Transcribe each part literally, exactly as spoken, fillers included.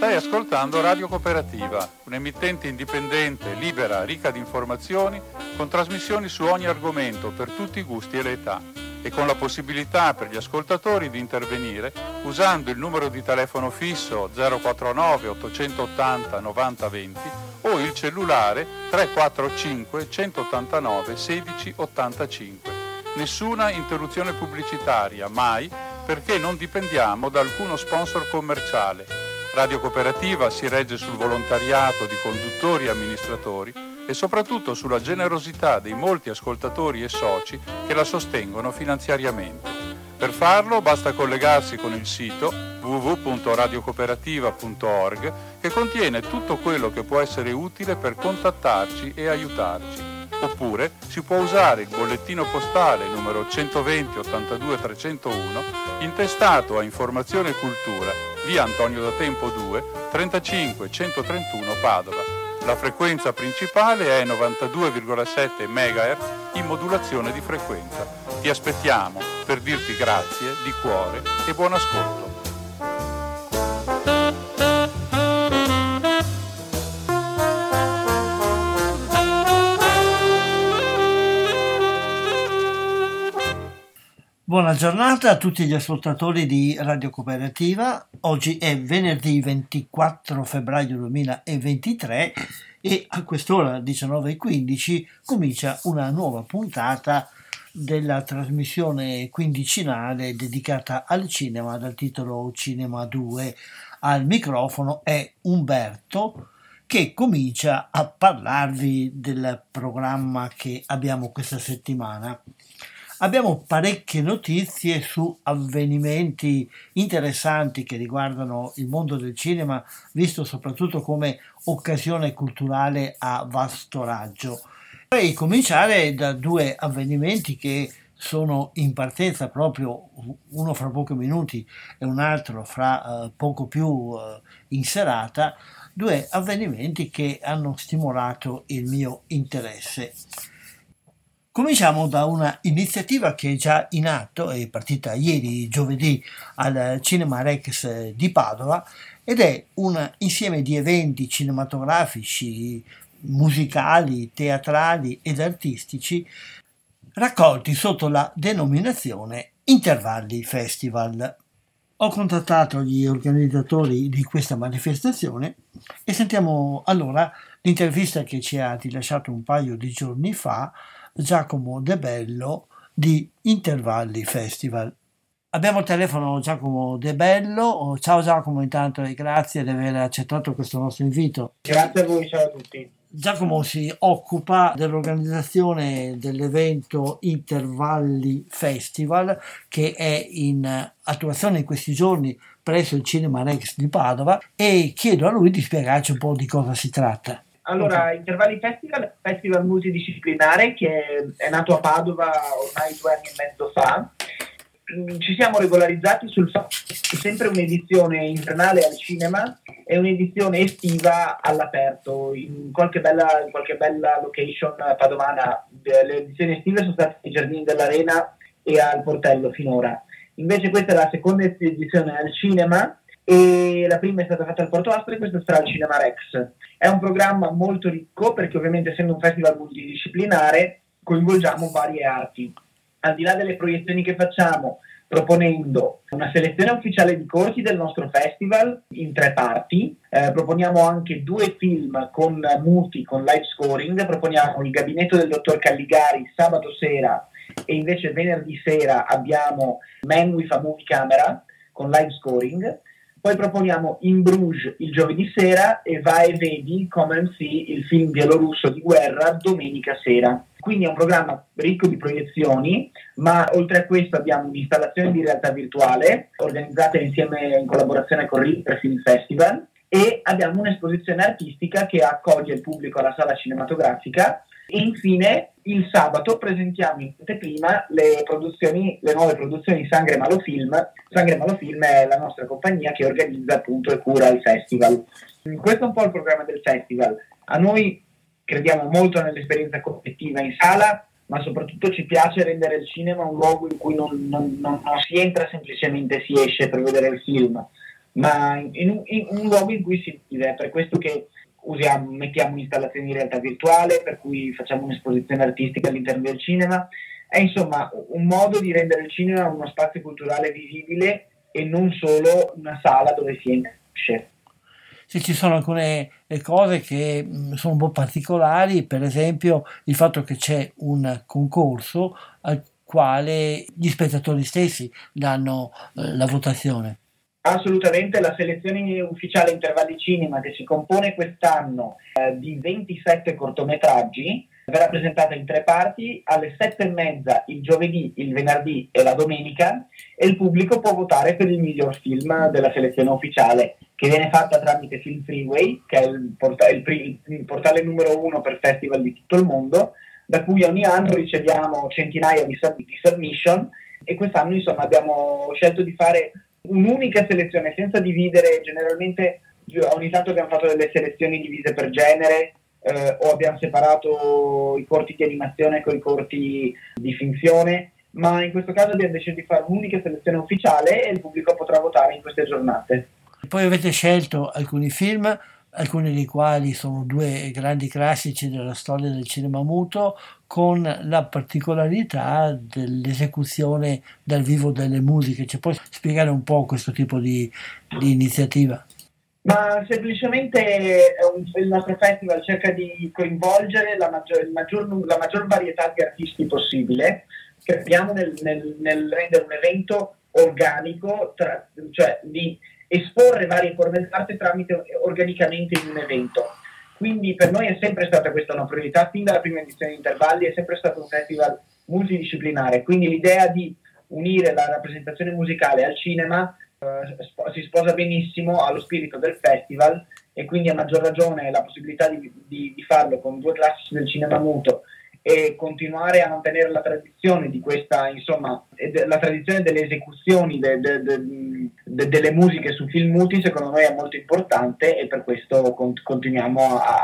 Stai ascoltando Radio Cooperativa, un'emittente indipendente, libera, ricca di informazioni, con trasmissioni su ogni argomento per tutti i gusti e le età, e con la possibilità per gli ascoltatori di intervenire usando il numero di telefono fisso zero quattro nove ottocentottanta novanta venti o il cellulare tre quattro cinque centottantanove sedici ottantacinque. Nessuna interruzione pubblicitaria, mai, perché non dipendiamo da alcuno sponsor commerciale. Radio Cooperativa si regge sul volontariato di conduttori e amministratori e soprattutto sulla generosità dei molti ascoltatori e soci che la sostengono finanziariamente. Per farlo basta collegarsi con il sito w w w punto radiocooperativa punto org, che contiene tutto quello che può essere utile per contattarci e aiutarci. Oppure si può usare il bollettino postale numero centoventi ottantadue trecentouno, intestato a Informazione e Cultura, via Antonio da Tempo due, trentacinque centotrentuno Padova. La frequenza principale è novantadue virgola sette megahertz in modulazione di frequenza. Ti aspettiamo per dirti grazie di cuore e buon ascolto. Buona giornata a tutti gli ascoltatori di Radio Cooperativa. Oggi è venerdì ventiquattro febbraio duemilaventitré e a quest'ora diciannove e quindici comincia una nuova puntata della trasmissione quindicinale dedicata al cinema dal titolo Cinema due. Al microfono è Umberto, che comincia a parlarvi del programma che abbiamo questa settimana. Abbiamo parecchie notizie su avvenimenti interessanti che riguardano il mondo del cinema, visto soprattutto come occasione culturale a vasto raggio. Vorrei cominciare da due avvenimenti che sono in partenza proprio, uno fra pochi minuti e un altro fra uh, poco più uh, in serata, due avvenimenti che hanno stimolato il mio interesse. Cominciamo da una iniziativa che è già in atto, è partita ieri giovedì al Cinema Rex di Padova ed è un insieme di eventi cinematografici, musicali, teatrali ed artistici raccolti sotto la denominazione Intervalli Festival. Ho contattato gli organizzatori di questa manifestazione e sentiamo allora l'intervista che ci ha rilasciato un paio di giorni fa Giacomo De Bello di Intervalli Festival. Abbiamo al telefono Giacomo De Bello. Ciao Giacomo, intanto, e grazie di aver accettato questo nostro invito. Grazie a voi, ciao a tutti. Giacomo si occupa dell'organizzazione dell'evento Intervalli Festival, che è in attuazione in questi giorni presso il Cinema Rex di Padova, e chiedo a lui di spiegarci un po' di cosa si tratta. Allora, okay. Intervalli Festival, festival multidisciplinare che è nato a Padova ormai due anni e mezzo fa. Ci siamo regolarizzati sul fatto che è sempre un'edizione invernale al cinema e un'edizione estiva all'aperto, in qualche bella, in qualche bella location padovana. Le edizioni estive sono state ai Giardini dell'Arena e al Portello finora. Invece questa è la seconda edizione al cinema, e la prima è stata fatta al Porto Astro e questa sarà al Cinema Rex. È un programma molto ricco perché, ovviamente, essendo un festival multidisciplinare, coinvolgiamo varie arti. Al di là delle proiezioni che facciamo, proponendo una selezione ufficiale di corti del nostro festival in tre parti, eh, proponiamo anche due film con muti, con live scoring. Proponiamo Il Gabinetto del dottor Calligari sabato sera, e invece venerdì sera abbiamo Man with a Movie Camera con live scoring. Poi proponiamo In Bruges il giovedì sera e Va e Vedi Come M C, il film bielorusso di guerra, domenica sera. Quindi è un programma ricco di proiezioni, ma oltre a questo abbiamo un'installazione di realtà virtuale organizzata insieme in collaborazione con Ripper Film Festival, e abbiamo un'esposizione artistica che accoglie il pubblico alla sala cinematografica. E infine il sabato presentiamo in anteprima le produzioni, le nuove produzioni Sangre Malo Film. Sangre Malo Film è la nostra compagnia che organizza appunto e cura il festival. Questo è un po' il programma del festival. A noi crediamo molto nell'esperienza collettiva in sala, ma soprattutto ci piace rendere il cinema un luogo in cui non, non, non, non si entra semplicemente, si esce per vedere il film. ma in un, in un luogo in cui si vive. È per questo che usiamo, mettiamo un'installazione di realtà virtuale, per cui facciamo un'esposizione artistica all'interno del cinema. È insomma un modo di rendere il cinema uno spazio culturale visibile e non solo una sala dove si esce. Se ci sono alcune cose che sono un po' particolari, per esempio il fatto che c'è un concorso al quale gli spettatori stessi danno eh, la votazione. Assolutamente, la selezione ufficiale Intervalli Cinema, che si compone quest'anno eh, di ventisette cortometraggi, verrà presentata in tre parti, alle sette e mezza il giovedì, il venerdì e la domenica, e il pubblico può votare per il miglior film della selezione ufficiale, che viene fatta tramite Film Freeway, che è il, port- il, pri- il portale numero uno per festival di tutto il mondo, da cui ogni anno riceviamo centinaia di, sub- di submission, e quest'anno insomma abbiamo scelto di fare un'unica selezione senza dividere. Generalmente ogni tanto abbiamo fatto delle selezioni divise per genere, eh, o abbiamo separato i corti di animazione con i corti di finzione, ma in questo caso abbiamo deciso di fare un'unica selezione ufficiale e il pubblico potrà votare in queste giornate. Poi avete scelto alcuni film, alcuni dei quali sono due grandi classici della storia del cinema muto, con la particolarità dell'esecuzione dal vivo delle musiche. Ci puoi spiegare un po' questo tipo di, di iniziativa? Ma semplicemente un, il nostro festival cerca di coinvolgere la maggior, il maggior, la maggior varietà di artisti possibile. Crediamo nel, nel, nel rendere un evento organico, tra, cioè di esporre varie forme d'arte tramite organicamente in un evento. Quindi per noi è sempre stata questa una priorità, fin dalla prima edizione di Intervalli è sempre stato un festival multidisciplinare, quindi l'idea di unire la rappresentazione musicale al cinema eh, sp- si sposa benissimo allo spirito del festival, e quindi a maggior ragione la possibilità di, di, di farlo con due classici del cinema muto e continuare a mantenere la tradizione di questa, insomma, la tradizione delle esecuzioni de, de, de, de, delle musiche su film muti, secondo noi è molto importante, e per questo con, continuiamo a,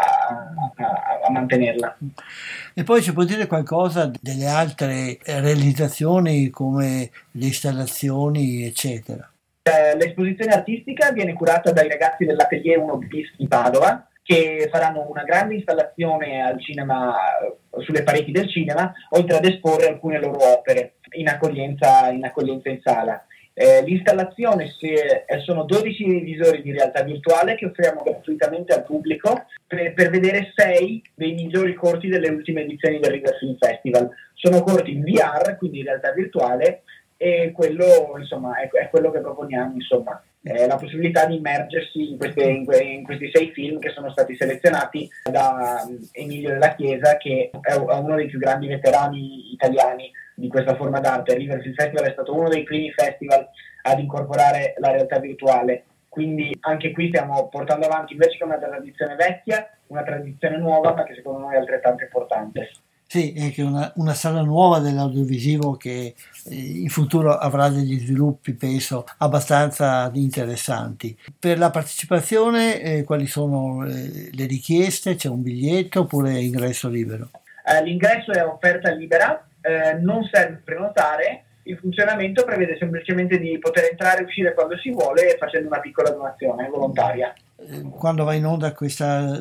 a, a mantenerla. E poi ci può dire qualcosa delle altre realizzazioni, come le installazioni, eccetera? L'esposizione artistica viene curata dai ragazzi dell'Atelier uno bis di Padova, che faranno una grande installazione al cinema, sulle pareti del cinema, oltre ad esporre alcune loro opere in accoglienza in, accoglienza in sala. Eh, l'installazione si è, sono dodici visori di realtà virtuale che offriamo gratuitamente al pubblico per, per vedere sei dei migliori corti delle ultime edizioni del River Film Festival. Sono corti in V R, quindi in realtà virtuale, e quello insomma è, è quello che proponiamo, insomma. Eh, la possibilità di immergersi in, queste, in, que, in questi sei film che sono stati selezionati da um, Emilio Della Chiesa, che è, è uno dei più grandi veterani italiani di questa forma d'arte. Il River Film Festival è stato uno dei primi festival ad incorporare la realtà virtuale, quindi anche qui stiamo portando avanti, invece che una tradizione vecchia, una tradizione nuova, ma che secondo noi è altrettanto importante. Sì, è che una, una sala nuova dell'audiovisivo che eh, in futuro avrà degli sviluppi, penso, abbastanza interessanti. Per la partecipazione, eh, quali sono eh, le richieste? C'è un biglietto oppure è ingresso libero? Eh, l'ingresso è offerta libera, eh, non serve prenotare, il funzionamento prevede semplicemente di poter entrare e uscire quando si vuole facendo una piccola donazione volontaria. Quando va in onda questa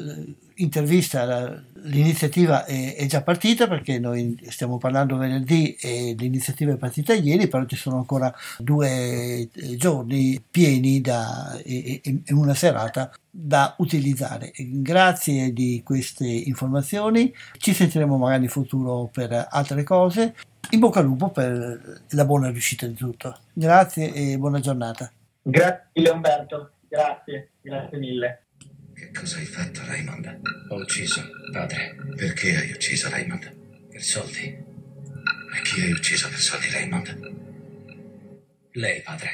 intervista l'iniziativa è, è già partita, perché noi stiamo parlando venerdì e l'iniziativa è partita ieri, però ci sono ancora due giorni pieni da, e, e una serata da utilizzare. Grazie di queste informazioni, ci sentiremo magari in futuro per altre cose. In bocca al lupo per la buona riuscita di tutto. Grazie e buona giornata. Grazie mille Umberto, grazie, grazie mille. Che cosa hai fatto, Raymond? Ho ucciso padre. Perché hai ucciso Raymond? Per soldi. E chi hai ucciso per soldi, Raymond? Lei, padre.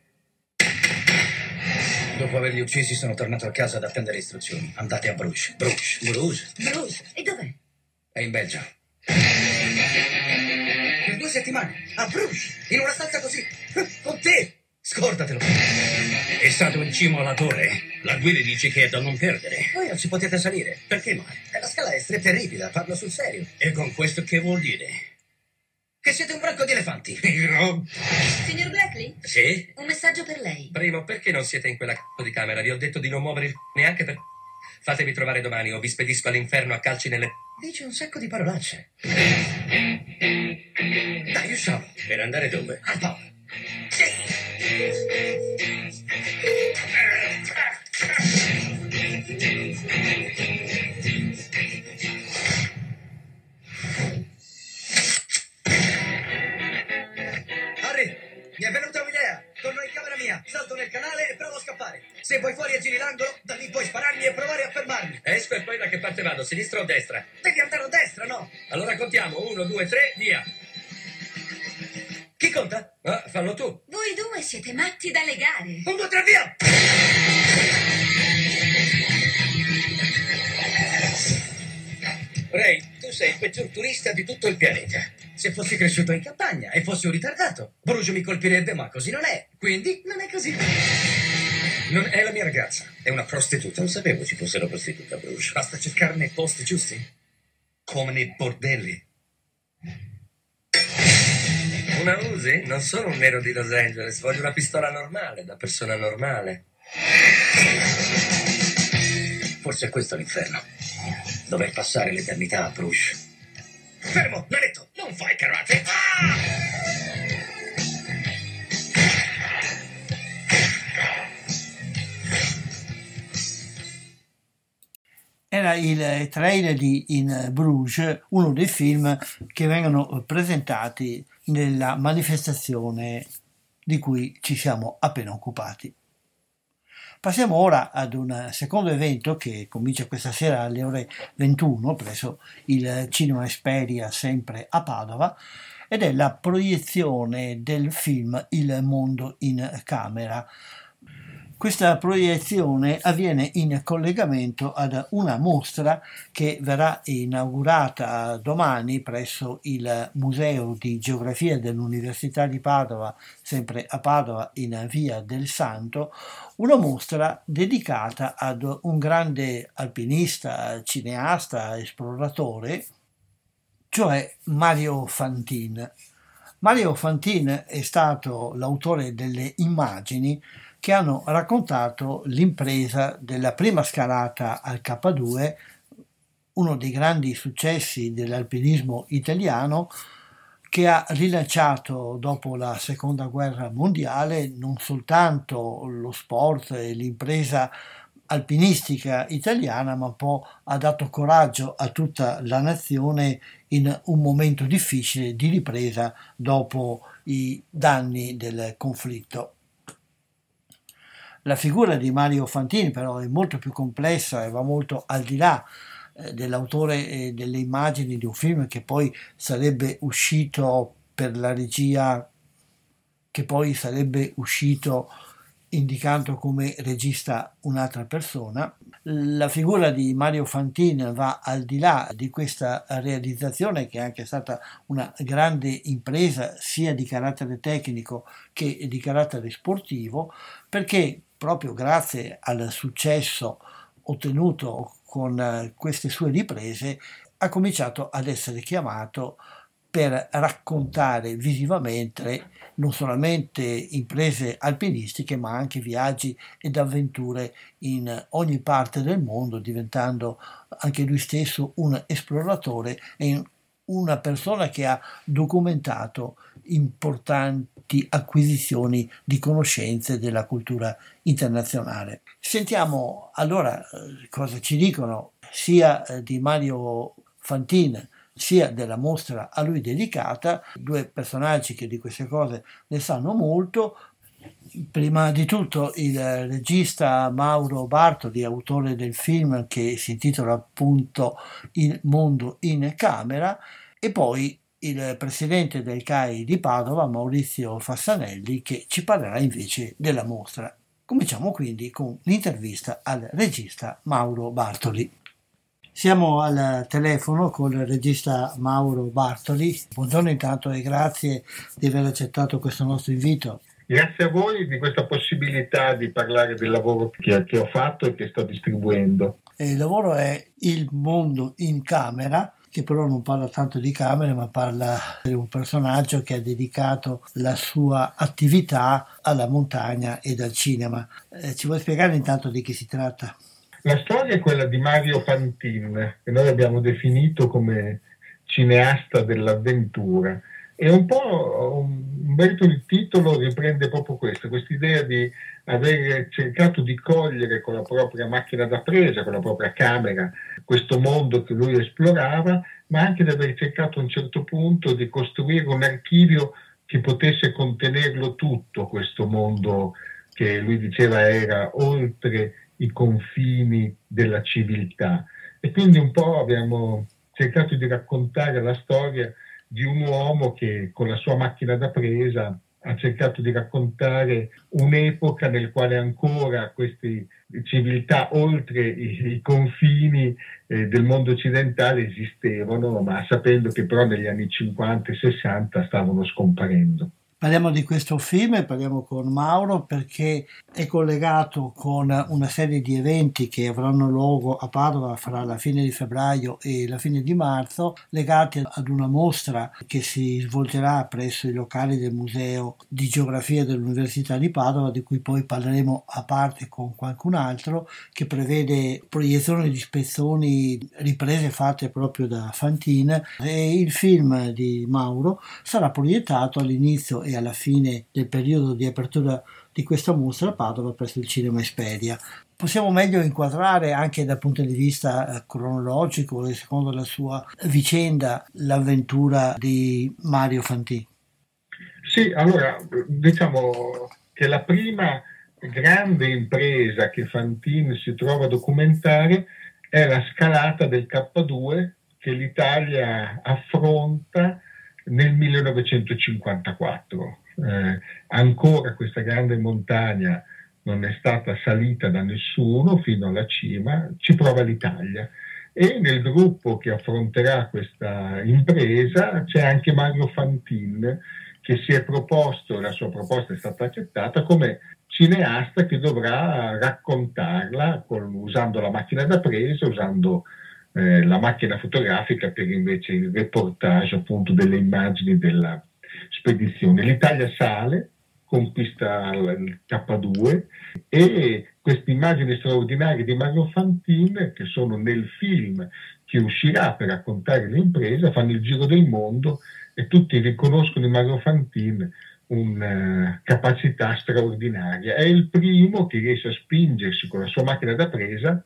Dopo averli uccisi sono tornato a casa ad attendere istruzioni. Andate a Bruges. Bruges. Bruges? Bruges? E dov'è? È in Belgio. Per due settimane. A Bruges. In una stanza così. Con te. Scordatelo. È stato in cima alla torre. La guida dice che è da non perdere. Voi non ci potete salire. Perché mai? La scala è stretta e ripida, parlo sul serio. E con questo che vuol dire? Che siete un branco di elefanti. No. Signor Blackley? Charlie? Sì? Un messaggio per lei. Primo, perché non siete in quella c***o di camera? Vi ho detto di non muovere il c***o neanche per... Fatemi trovare domani o vi spedisco all'inferno a calci nelle... Dice un sacco di parolacce. Dai, usciamo. Per andare dove? Al pub. Harry, mi è venuta un'idea. Torno in camera mia, salto nel canale e provo a scappare. Se vuoi fuori e giri l'angolo, da lì puoi spararmi e provare a fermarmi. Esco e poi da che parte vado? Sinistra o destra? Devi andare a destra, no? Allora contiamo. Uno, due, tre, via. Chi conta? Ah, fallo tu. Voi due siete matti da legare. Un, due, tre, via! Ray, tu sei il peggior turista di tutto il pianeta. Se fossi cresciuto in campagna e fossi un ritardato, Bruges mi colpirebbe, ma così non è. Quindi non è così. Non è la mia ragazza, è una prostituta. Non sapevo ci fossero prostitute a Bruges. Basta cercare nei posti giusti. Come nei bordelli. Una Uzi? Non sono un nero di Los Angeles, voglio una pistola normale, da persona normale. Forse è questo l'inferno. Dover passare l'eternità a Bruges. Fermo, l'ha detto! Non fai karate! Ah! Era il trailer di In Bruges, uno dei film che vengono presentati nella manifestazione di cui ci siamo appena occupati. Passiamo ora ad un secondo evento che comincia questa sera alle ore ventuno presso il Cinema Esperia, sempre a Padova, ed è la proiezione del film Il mondo in camera. Questa proiezione avviene in collegamento ad una mostra che verrà inaugurata domani presso il Museo di Geografia dell'Università di Padova, sempre a Padova in Via del Santo, una mostra dedicata ad un grande alpinista, cineasta, esploratore, cioè Mario Fantin. Mario Fantin è stato l'autore delle immagini che hanno raccontato l'impresa della prima scalata al K due, uno dei grandi successi dell'alpinismo italiano, che ha rilanciato dopo la seconda guerra mondiale non soltanto lo sport e l'impresa alpinistica italiana, ma poi ha dato coraggio a tutta la nazione in un momento difficile di ripresa dopo i danni del conflitto. La figura di Mario Fantin però è molto più complessa e va molto al di là eh, dell'autore e delle immagini di un film che poi sarebbe uscito per la regia, che poi sarebbe uscito indicando come regista un'altra persona. La figura di Mario Fantin va al di là di questa realizzazione, che è anche stata una grande impresa sia di carattere tecnico che di carattere sportivo, perché proprio grazie al successo ottenuto con queste sue riprese ha cominciato ad essere chiamato per raccontare visivamente non solamente imprese alpinistiche, ma anche viaggi ed avventure in ogni parte del mondo, diventando anche lui stesso un esploratore e una persona che ha documentato importanti acquisizioni di conoscenze della cultura internazionale. Sentiamo allora cosa ci dicono sia di Mario Fantin sia della mostra a lui dedicata, due personaggi che di queste cose ne sanno molto. Prima di tutto il regista Mauro Bartoli, autore del film che si intitola appunto Il mondo in camera, e poi il presidente del C A I di Padova, Maurizio Fassanelli, che ci parlerà invece della mostra. Cominciamo quindi con l'intervista al regista Mauro Bartoli. Siamo al telefono con il regista Mauro Bartoli. Buongiorno intanto e grazie di aver accettato questo nostro invito. Grazie a voi di questa possibilità di parlare del lavoro che, che ho fatto e che sto distribuendo. Il lavoro è Il mondo in camera, che però non parla tanto di camere, ma parla di un personaggio che ha dedicato la sua attività alla montagna e al cinema. Eh, ci vuoi spiegare intanto di chi si tratta? La storia è quella di Mario Fantin, che noi abbiamo definito come cineasta dell'avventura. E un po' Umberto il titolo riprende proprio questo, quest'idea di aver cercato di cogliere con la propria macchina da presa, con la propria camera, questo mondo che lui esplorava, ma anche di aver cercato a un certo punto di costruire un archivio che potesse contenerlo tutto, questo mondo che lui diceva era oltre i confini della civiltà. E quindi un po' abbiamo cercato di raccontare la storia di un uomo che con la sua macchina da presa ha cercato di raccontare un'epoca nel quale ancora queste civiltà oltre i, i confini eh, del mondo occidentale esistevano, ma sapendo che però negli anni cinquanta e sessanta stavano scomparendo. Parliamo di questo film e parliamo con Mauro perché è collegato con una serie di eventi che avranno luogo a Padova fra la fine di febbraio e la fine di marzo, legati ad una mostra che si svolgerà presso i locali del Museo di Geografia dell'Università di Padova, di cui poi parleremo a parte con qualcun altro, che prevede proiezioni di spezzoni riprese fatte proprio da Fantin, e il film di Mauro sarà proiettato all'inizio e alla fine del periodo di apertura di questa mostra a Padova presso il Cinema Esperia. Possiamo meglio inquadrare anche dal punto di vista cronologico e secondo la sua vicenda l'avventura di Mario Fantin. Sì, allora diciamo che la prima grande impresa che Fantin si trova a documentare è la scalata del K due che l'Italia affronta nel millenovecentocinquantaquattro. Eh, ancora questa grande montagna non è stata salita da nessuno fino alla cima, ci prova l'Italia. E nel gruppo che affronterà questa impresa c'è anche Mario Fantin, che si è proposto, la sua proposta è stata accettata, come cineasta che dovrà raccontarla con, usando la macchina da presa, usando eh, la macchina fotografica per invece il reportage appunto delle immagini della spedizione. L'Italia sale, conquista il K due e queste immagini straordinarie di Mario Fantin, che sono nel film che uscirà per raccontare l'impresa, fanno il giro del mondo e tutti riconoscono in Mario Fantin una capacità straordinaria. È il primo che riesce a spingersi con la sua macchina da presa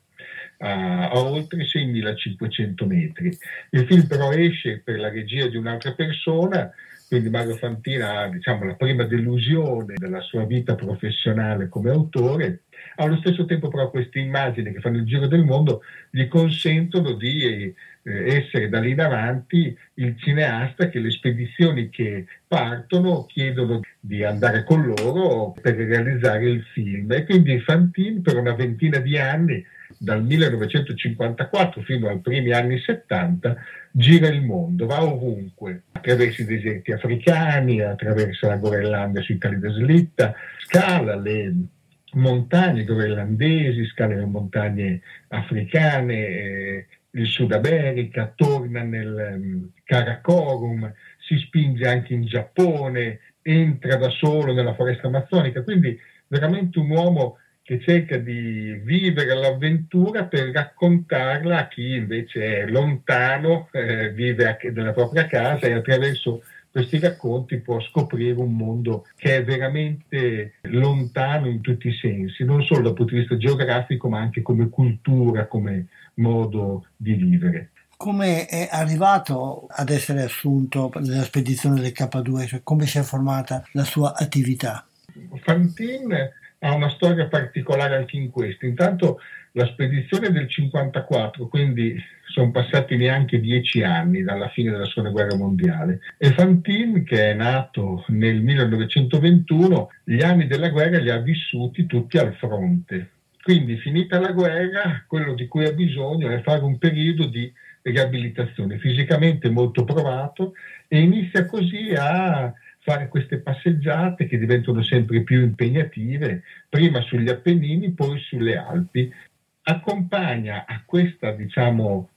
a, a oltre seimilacinquecento metri. Il film però esce per la regia di un'altra persona, quindi Mario Fantin ha, diciamo, la prima delusione della sua vita professionale come autore. Allo stesso tempo però queste immagini che fanno il giro del mondo gli consentono di eh, essere da lì in avanti il cineasta che le spedizioni che partono chiedono di andare con loro per realizzare il film. E quindi Fantin per una ventina di anni, dal millenovecentocinquantaquattro fino ai primi anni settanta, gira il mondo, va ovunque, attraverso i deserti africani, attraverso la Groenlandia sui cali da slitta, scala le montagne groenlandesi, scala le montagne africane, eh, il Sud America, torna nel um, Karakorum, si spinge anche in Giappone, entra da solo nella foresta amazzonica, quindi veramente un uomo che cerca di vivere l'avventura per raccontarla a chi invece è lontano, eh, vive nella propria casa, e attraverso questi racconti può scoprire un mondo che è veramente lontano in tutti i sensi, non solo dal punto di vista geografico, ma anche come cultura, come modo di vivere. Come è arrivato ad essere assunto nella spedizione del K due, cioè come si è formata la sua attività? Fantin ha una storia particolare anche in questo. Intanto la spedizione del cinquantaquattro, quindi sono passati neanche dieci anni dalla fine della seconda guerra mondiale, e Fantin, che è nato nel millenovecentoventuno, gli anni della guerra li ha vissuti tutti al fronte. Quindi finita la guerra, quello di cui ha bisogno è fare un periodo di riabilitazione, fisicamente molto provato, e inizia così a fare queste passeggiate che diventano sempre più impegnative, prima sugli Appennini, poi sulle Alpi. Accompagna a questa, diciamo,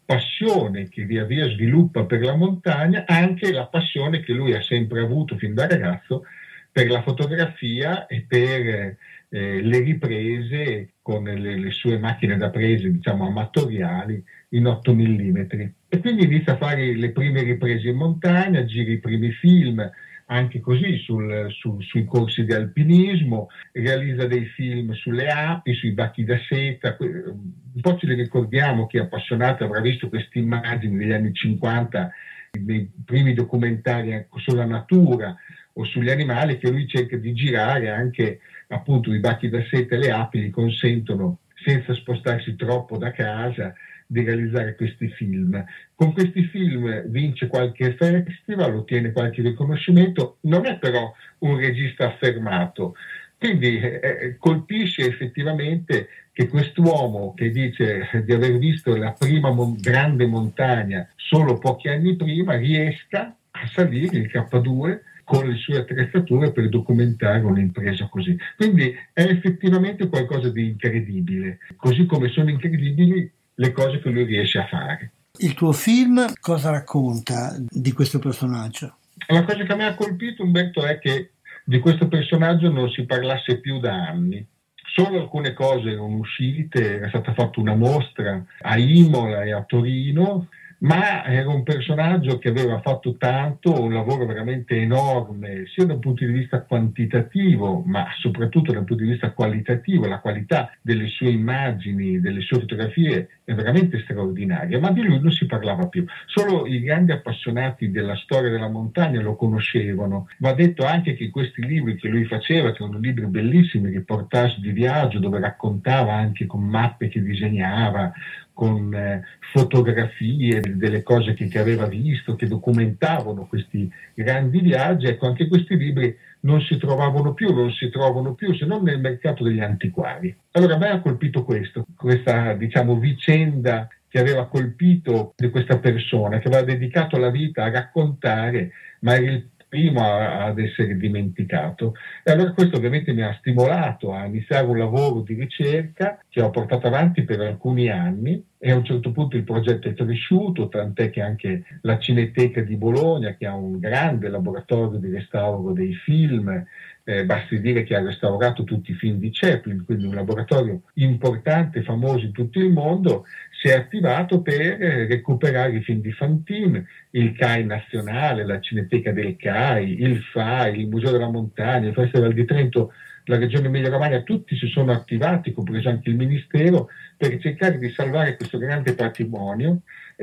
passione che via via sviluppa per la montagna, anche la passione che lui ha sempre avuto fin da ragazzo per la fotografia e per eh, le riprese con le, le sue macchine da prese, diciamo, amatoriali in otto millimetri. E quindi inizia a fare le prime riprese in montagna, gira i primi film, anche così sul, su, sui corsi di alpinismo, realizza dei film sulle api, sui bacchi da seta. Un po' ce li ricordiamo, chi è appassionato avrà visto queste immagini degli anni cinquanta, nei primi documentari sulla natura o sugli animali, che lui cerca di girare. Anche appunto i bacchi da seta e le api gli consentono, senza spostarsi troppo da casa, di realizzare questi film. Con questi film vince qualche festival, ottiene qualche riconoscimento, non è però un regista affermato, quindi eh, colpisce effettivamente che quest'uomo che dice di aver visto la prima mon- grande montagna solo pochi anni prima riesca a salire il K due con le sue attrezzature per documentare un'impresa così. Quindi è effettivamente qualcosa di incredibile, così come sono incredibili le cose che lui riesce a fare. Il tuo film cosa racconta di questo personaggio? La cosa che mi ha colpito, Umberto, è che di questo personaggio non si parlasse più da anni. Solo alcune cose erano uscite, era stata fatta una mostra a Imola e a Torino, ma era un personaggio che aveva fatto tanto, un lavoro veramente enorme, sia dal punto di vista quantitativo, ma soprattutto dal punto di vista qualitativo. La qualità delle sue immagini, delle sue fotografie è veramente straordinaria, ma di lui non si parlava più. Solo i grandi appassionati della storia della montagna lo conoscevano. Va detto anche che questi libri che lui faceva, che erano libri bellissimi, reportage di viaggio, dove raccontava anche con mappe che disegnava, con eh, fotografie delle cose che, che aveva visto, che documentavano questi grandi viaggi. Ecco, anche questi libri non si trovavano più, non si trovano più se non nel mercato degli antiquari. Allora a me ha colpito questo, questa diciamo vicenda che aveva colpito di questa persona, che aveva dedicato la vita a raccontare, ma era il primo a, ad essere dimenticato. E allora questo ovviamente mi ha stimolato a iniziare un lavoro di ricerca che ho portato avanti per alcuni anni, e a un certo punto il progetto è cresciuto, tant'è che anche la Cineteca di Bologna, che ha un grande laboratorio di restauro dei film, eh, basti dire che ha restaurato tutti i film di Chaplin, quindi un laboratorio importante, famoso in tutto il mondo, si è attivato per recuperare i film di Fantin, il C A I nazionale, la Cineteca del C A I, il F A I, il Museo della Montagna, il Festival di Trento, la Regione Emilia-Romagna, tutti si sono attivati, compreso anche il Ministero, per cercare di salvare questo grande patrimonio,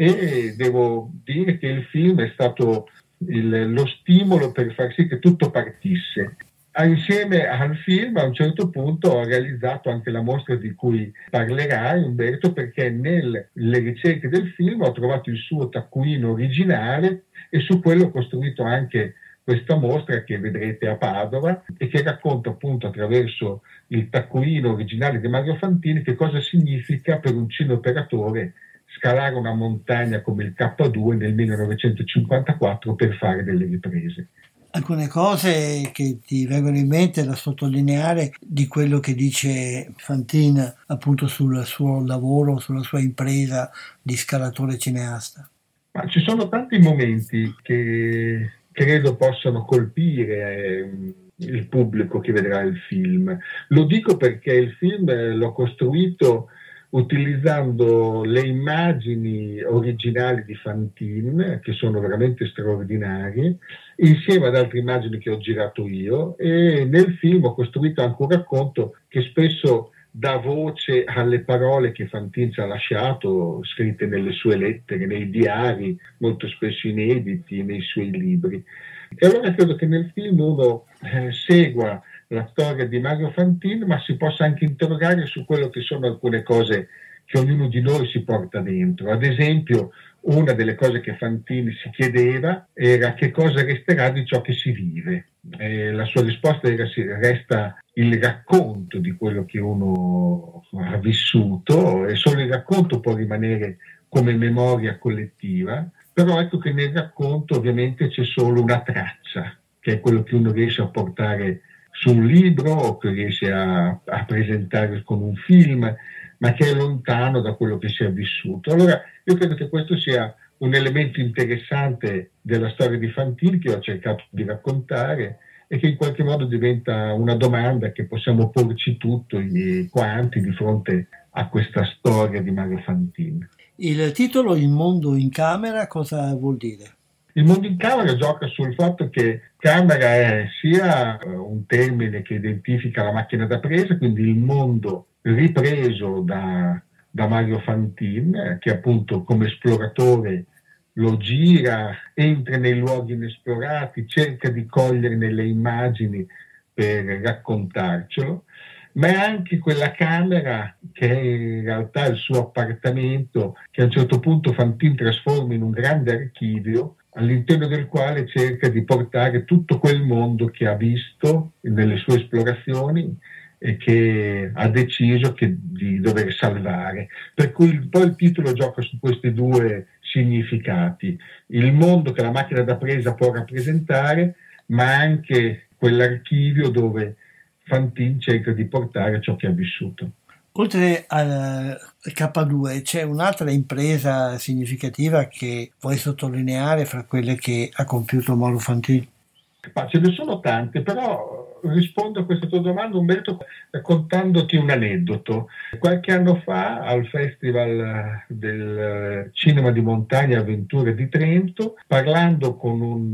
e devo dire che il film è stato il, lo stimolo per far sì che tutto partisse. Insieme al film, a un certo punto, ho realizzato anche la mostra di cui parlerai, Umberto, perché nelle ricerche del film ho trovato il suo taccuino originale e su quello ho costruito anche questa mostra che vedrete a Padova, e che racconta appunto attraverso il taccuino originale di Mario Fantini che cosa significa per un cineoperatore scalare una montagna come il K due nel millenovecentocinquantaquattro per fare delle riprese. Alcune cose che ti vengono in mente da sottolineare di quello che dice Fantin appunto sul suo lavoro, sulla sua impresa di scalatore cineasta? Ma ci sono tanti momenti che credo possano colpire eh, il pubblico che vedrà il film. Lo dico perché il film l'ho costruito utilizzando le immagini originali di Fantin, che sono veramente straordinarie, insieme ad altre immagini che ho girato io, e nel film ho costruito anche un racconto che spesso dà voce alle parole che Fantin ci ha lasciato, scritte nelle sue lettere, nei diari, molto spesso inediti, nei suoi libri. E allora credo che nel film uno eh, segua la storia di Mario Fantin, ma si possa anche interrogare su quello che sono alcune cose che ognuno di noi si porta dentro. Ad esempio, una delle cose che Fantin si chiedeva era che cosa resterà di ciò che si vive. E la sua risposta era: si resta il racconto di quello che uno ha vissuto, e solo il racconto può rimanere come memoria collettiva, però ecco che nel racconto ovviamente c'è solo una traccia, che è quello che uno riesce a portare su un libro o che riesce a, a presentare con un film, ma che è lontano da quello che si è vissuto. Allora io credo che questo sia un elemento interessante della storia di Fantine che ho cercato di raccontare e che in qualche modo diventa una domanda che possiamo porci tutti quanti di fronte a questa storia di Mario Fantine. Il titolo Il mondo in camera cosa vuol dire? Il mondo in camera gioca sul fatto che camera è sia un termine che identifica la macchina da presa, quindi il mondo ripreso da, da Mario Fantine, che appunto come esploratore lo gira, entra nei luoghi inesplorati, cerca di cogliere nelle immagini per raccontarcelo, ma è anche quella camera che è in realtà il suo appartamento, che a un certo punto Fantine trasforma in un grande archivio, all'interno del quale cerca di portare tutto quel mondo che ha visto nelle sue esplorazioni e che ha deciso che, di dover salvare. Per cui poi il titolo gioca su questi due significati: il mondo che la macchina da presa può rappresentare, ma anche quell'archivio dove Fantine cerca di portare ciò che ha vissuto. Oltre al K due c'è un'altra impresa significativa che vuoi sottolineare fra quelle che ha compiuto Mario Fantine? Ma ce ne sono tante, però rispondo a questa tua domanda, Umberto, raccontandoti un aneddoto. Qualche anno fa al Festival del Cinema di Montagna Avventure di Trento, parlando con un,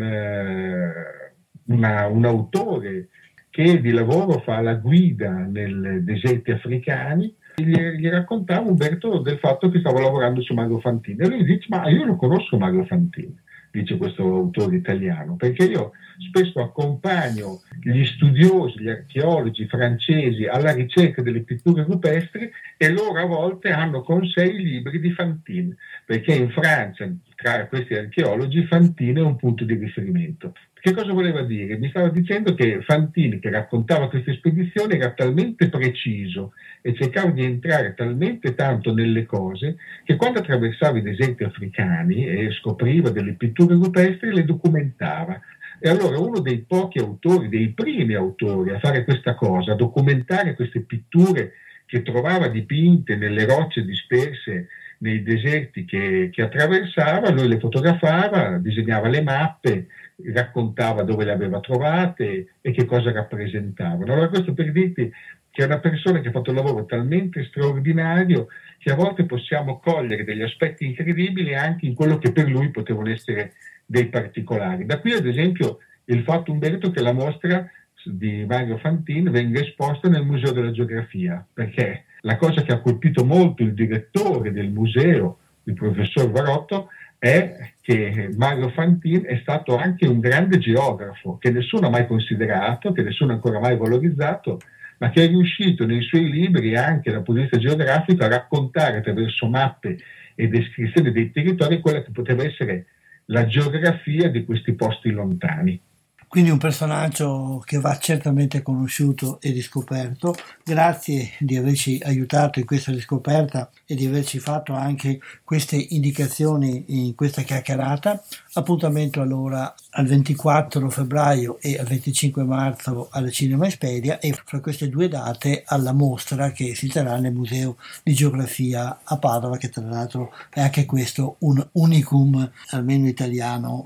una, un autore che di lavoro fa la guida nei deserti africani, gli, gli raccontavo, Umberto, del fatto che stavo lavorando su Mario Fantine. E lui dice: ma io lo conosco Mario Fantine, dice questo autore italiano, perché io spesso accompagno gli studiosi, gli archeologi francesi alla ricerca delle pitture rupestri e loro a volte hanno con sé i libri di Fantine, perché in Francia, tra questi archeologi, Fantine è un punto di riferimento. Che cosa voleva dire? Mi stava dicendo che Fantine, che raccontava queste spedizioni, era talmente preciso e cercava di entrare talmente tanto nelle cose che quando attraversava i deserti africani e scopriva delle pitture rupestri le documentava. E allora uno dei pochi autori, dei primi autori a fare questa cosa, a documentare queste pitture che trovava dipinte nelle rocce disperse nei deserti che, che attraversava, lui le fotografava, disegnava le mappe, raccontava dove le aveva trovate e che cosa rappresentavano. Allora questo per dirti che è una persona che ha fatto un lavoro talmente straordinario che a volte possiamo cogliere degli aspetti incredibili anche in quello che per lui potevano essere dei particolari. Da qui ad esempio il fatto, Umberto, che la mostra di Mario Fantine venga esposta nel Museo della Geografia, perché la cosa che ha colpito molto il direttore del museo, il professor Varotto, è che Mario Fantine è stato anche un grande geografo che nessuno ha mai considerato, che nessuno ha ancora mai valorizzato, ma che è riuscito nei suoi libri anche dal punto di vista geografico a raccontare attraverso mappe e descrizioni dei territori quella che poteva essere la geografia di questi posti lontani. Quindi un personaggio che va certamente conosciuto e riscoperto. Grazie di averci aiutato in questa riscoperta e di averci fatto anche queste indicazioni in questa chiacchierata. Appuntamento allora al ventiquattro febbraio e al venticinque marzo al Cinema Espedia e fra queste due date alla mostra che si terrà nel Museo di Geografia a Padova, che tra l'altro è anche questo un unicum, almeno italiano.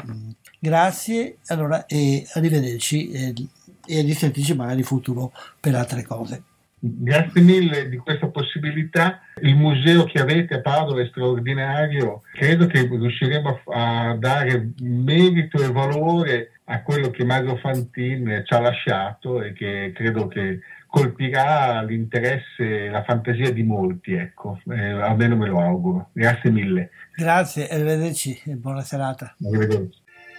Grazie, allora, e arrivederci e, e risentirci magari in futuro per altre cose. Grazie mille di questa possibilità. Il museo che avete a Padova è straordinario. Credo che riusciremo a, a dare merito e valore a quello che Mario Fantine ci ha lasciato e che credo che colpirà l'interesse e la fantasia di molti, ecco, eh, almeno me lo auguro. Grazie mille. Grazie, arrivederci e buona serata. Arrivederci.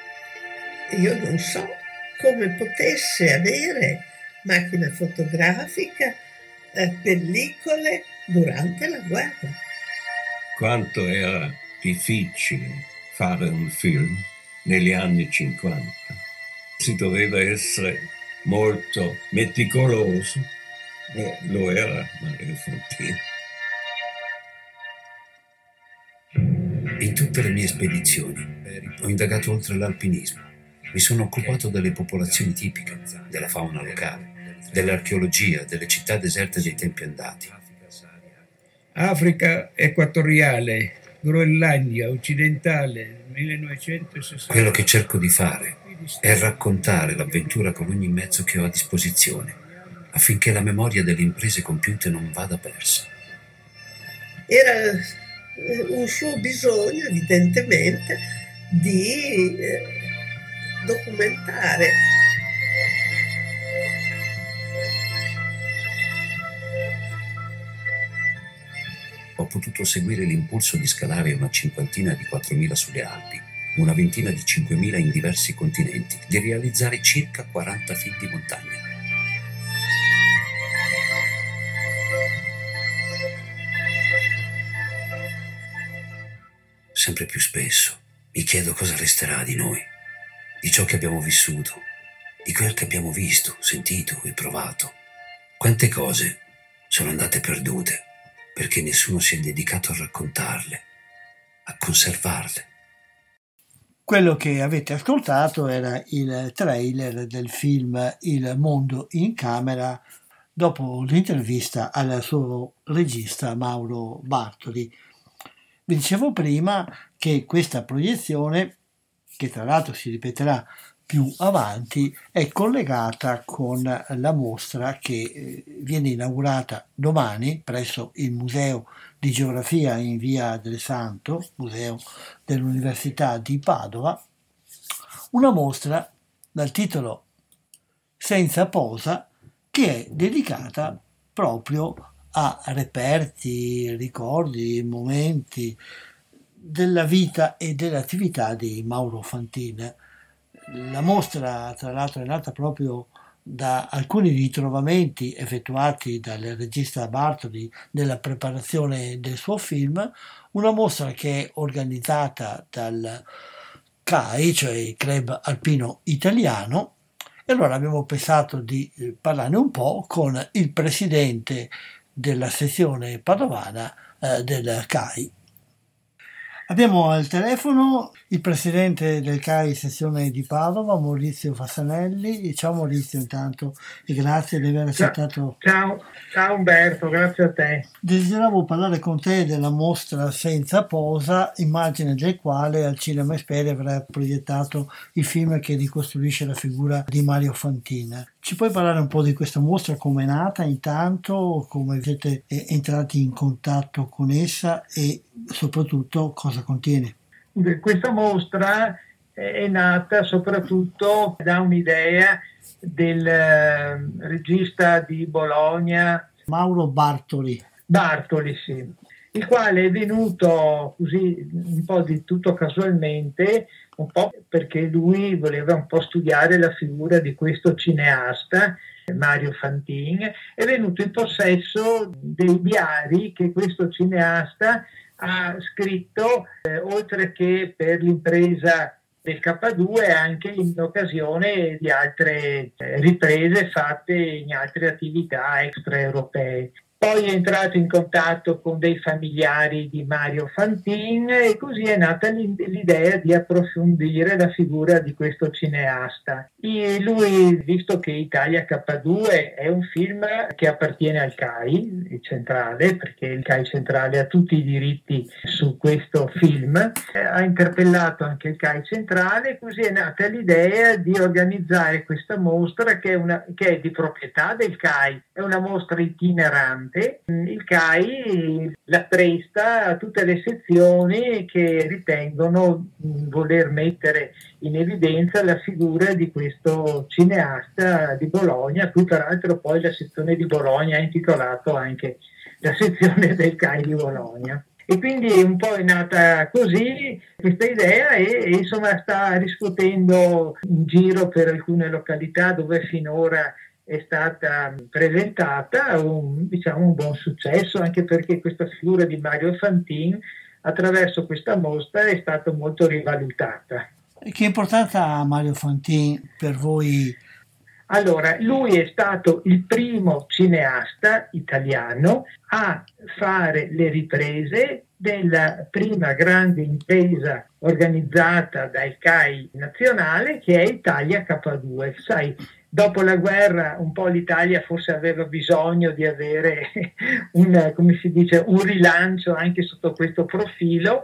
Io non so come potesse avere macchina fotografica, eh, pellicole durante la guerra. Quanto era difficile fare un film negli anni cinquanta. Si doveva essere molto meticoloso e lo era Mario Fantine. In tutte le mie spedizioni ho indagato oltre l'alpinismo. Mi sono occupato delle popolazioni tipiche, della fauna locale, dell'archeologia, delle città deserte dei tempi andati. Africa equatoriale, Groenlandia occidentale, millenovecentosessanta. Quello che cerco di fare è raccontare l'avventura con ogni mezzo che ho a disposizione, affinché la memoria delle imprese compiute non vada persa. Era un suo bisogno, evidentemente, di eh, documentare. Ho potuto seguire l'impulso di scalare una cinquantina di quattromila sulle Alpi, una ventina di cinquemila in diversi continenti, di realizzare circa quaranta film di montagna. Sempre più spesso mi chiedo cosa resterà di noi, di ciò che abbiamo vissuto, di quel che abbiamo visto, sentito e provato. Quante cose sono andate perdute perché nessuno si è dedicato a raccontarle, a conservarle. Quello che avete ascoltato era il trailer del film Il mondo in camera dopo l'intervista al suo regista Mauro Bartoli. Vi dicevo prima che questa proiezione, che tra l'altro si ripeterà più avanti, è collegata con la mostra che viene inaugurata domani presso il Museo di Geografia in Via del Santo, Museo dell'Università di Padova, una mostra dal titolo Senza posa, che è dedicata proprio a reperti, ricordi, momenti della vita e dell'attività di Mauro Fantin. La mostra, tra l'altro, è nata proprio da alcuni ritrovamenti effettuati dal regista Bartoli nella preparazione del suo film, una mostra che è organizzata dal C A I, cioè il Club Alpino Italiano, e allora abbiamo pensato di parlarne un po' con il presidente della sezione padovana eh, del C A I. Abbiamo al telefono il presidente del C A I sezione di Padova, Maurizio Fassanelli. Ciao Maurizio, intanto, e grazie di aver accettato. Ciao, ciao Umberto, grazie a te. Desideravo parlare con te della mostra Senza posa, immagine del quale al Cinema Esperia avrà proiettato il film che ricostruisce la figura di Mario Fantin. Ci puoi parlare un po' di questa mostra, come è nata intanto, come siete entrati in contatto con essa e soprattutto cosa contiene? Questa mostra è nata soprattutto da un'idea del regista di Bologna Mauro Bartoli. Bartoli, sì, il quale è venuto così un po' di tutto casualmente, un po' perché lui voleva un po' studiare la figura di questo cineasta, Mario Fantin, è venuto in possesso dei diari che questo cineasta ha scritto, eh, oltre che per l'impresa del K due, anche in occasione di altre eh, riprese fatte in altre attività extraeuropee. Poi è entrato in contatto con dei familiari di Mario Fantin e così è nata l'idea di approfondire la figura di questo cineasta. E lui, visto che Italia K due è un film che appartiene al C A I, il centrale, perché il C A I centrale ha tutti i diritti su questo film, ha interpellato anche il C A I centrale e così è nata l'idea di organizzare questa mostra che è, una, che è di proprietà del C A I, è una mostra itinerante. Il C A I la presta a tutte le sezioni che ritengono voler mettere in evidenza la figura di questo cineasta di Bologna, a cui peraltro poi la sezione di Bologna ha intitolato anche la sezione del C A I di Bologna. E quindi un po' è nata così questa idea e, e insomma sta riscuotendo in giro per alcune località dove finora è stata presentata un, diciamo, un buon successo, anche perché questa figura di Mario Fantin attraverso questa mostra è stata molto rivalutata. E che importanza ha Mario Fantin per voi? Allora, lui è stato il primo cineasta italiano a fare le riprese della prima grande impresa organizzata dal C A I nazionale, che è Italia K due. Sai, dopo la guerra un po' l'Italia forse aveva bisogno di avere un, come si dice, un rilancio anche sotto questo profilo,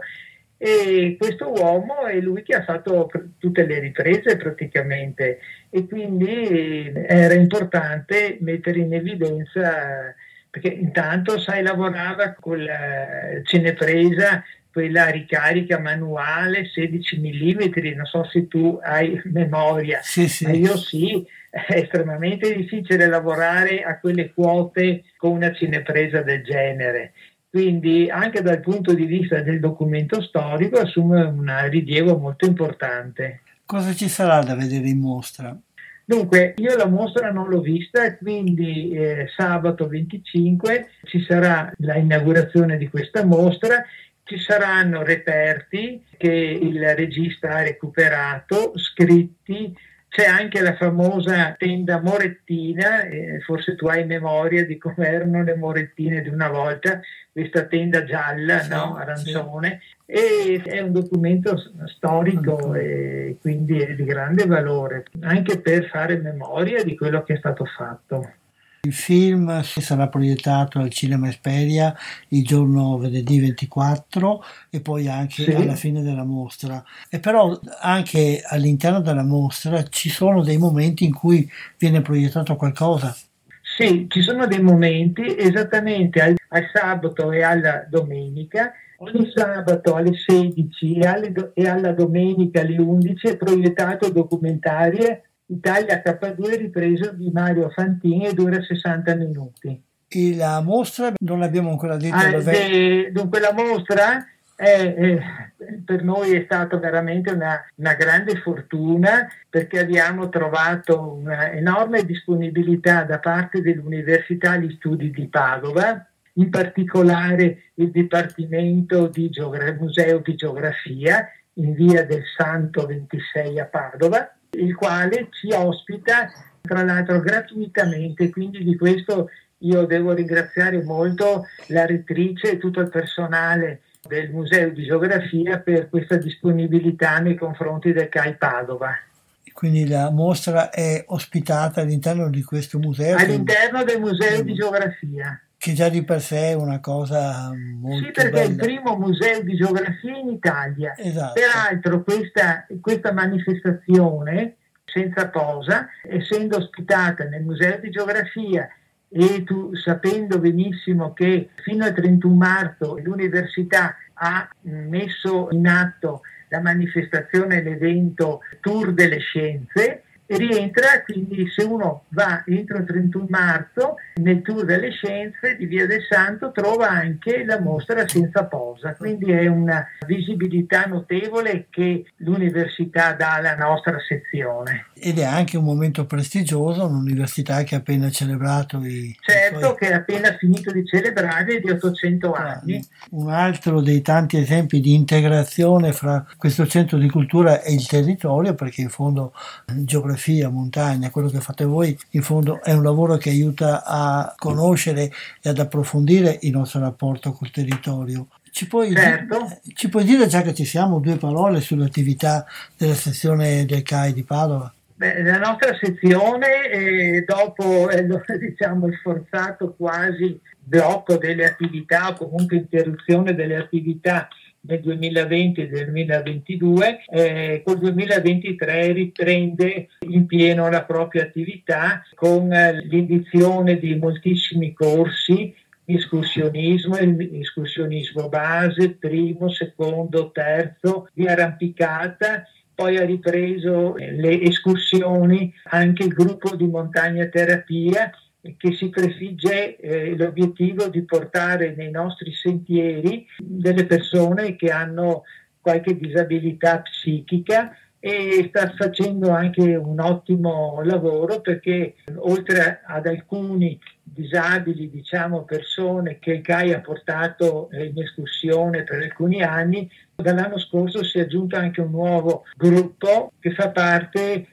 e questo uomo è lui che ha fatto tutte le riprese praticamente, e quindi era importante mettere in evidenza, perché intanto sai lavorava con la cinepresa, quella ricarica manuale sedici millimetri, non so se tu hai memoria, sì, sì. Ma io sì, è estremamente difficile lavorare a quelle quote con una cinepresa del genere. Quindi anche dal punto di vista del documento storico assume un rilievo molto importante. Cosa ci sarà da vedere in mostra? Dunque, io la mostra non l'ho vista, quindi eh, sabato venticinque ci sarà la inaugurazione di questa mostra, ci saranno reperti che il regista ha recuperato, scritti. C'è anche la famosa tenda morettina, eh, forse tu hai memoria di come erano le morettine di una volta, questa tenda gialla, sì, no? Arancione, sì. E è un documento storico e quindi è di grande valore, anche per fare memoria di quello che è stato fatto. Il film sarà proiettato al Cinema Esperia il giorno venerdì ventiquattro e poi anche sì. alla fine della mostra. E però anche all'interno della mostra ci sono dei momenti in cui viene proiettato qualcosa. Sì, ci sono dei momenti esattamente al, al sabato e alla domenica. Ogni sabato alle sedici e, alle, e alla domenica alle undici è proiettato documentarie Italia acca due ripreso di Mario Fantini e dura sessanta minuti. E la mostra non l'abbiamo ancora detto. Ah, de, dunque la mostra è, è, per noi è stata veramente una, una grande fortuna, perché abbiamo trovato una enorme disponibilità da parte dell'Università Gli Studi di Padova, in particolare il Dipartimento di Geogra- Museo di Geografia in via del Santo ventisei a Padova, il quale ci ospita tra l'altro gratuitamente, quindi di questo io devo ringraziare molto la rettrice e tutto il personale del Museo di Geografia per questa disponibilità nei confronti del C A I Padova. Quindi la mostra è ospitata all'interno di questo museo? All'interno del Museo di Geografia. Che già di per sé è una cosa molto Sì, perché bella. è il primo museo di geografia in Italia. Esatto. Peraltro questa, questa manifestazione, senza posa, essendo ospitata nel Museo di Geografia e tu sapendo benissimo che fino al trentuno marzo l'università ha messo in atto la manifestazione, l'evento Tour delle Scienze, rientra, quindi se uno va entro il trentuno marzo nel Tour delle Scienze di Via del Santo trova anche la mostra senza posa, quindi è una visibilità notevole che l'università dà alla nostra sezione. Ed è anche un momento prestigioso, un'università che ha appena celebrato i... Certo, i suoi... che ha appena finito di celebrare di ottocento anni. Un altro dei tanti esempi di integrazione fra questo centro di cultura e il territorio, perché in fondo geografia, montagna, quello che fate voi, in fondo è un lavoro che aiuta a conoscere e ad approfondire il nostro rapporto col territorio. Ci puoi, certo. dire, ci puoi dire, già che ci siamo, due parole sull'attività della sezione del C A I di Padova? Beh, la nostra sezione, eh, dopo eh, diciamo, il forzato quasi blocco delle attività o comunque interruzione delle attività nel duemilaventi e duemilaventidue, eh, col duemilaventitré riprende in pieno la propria attività con eh, l'indizione di moltissimi corsi di escursionismo, escursionismo base, primo, secondo, terzo, di arrampicata. Poi ha ripreso le escursioni anche il gruppo di montagna terapia, che si prefigge eh, l'obiettivo di portare nei nostri sentieri delle persone che hanno qualche disabilità psichica, e sta facendo anche un ottimo lavoro, perché oltre ad alcuni disabili, diciamo persone che il C A I ha portato in escursione per alcuni anni, dall'anno scorso si è aggiunto anche un nuovo gruppo che fa parte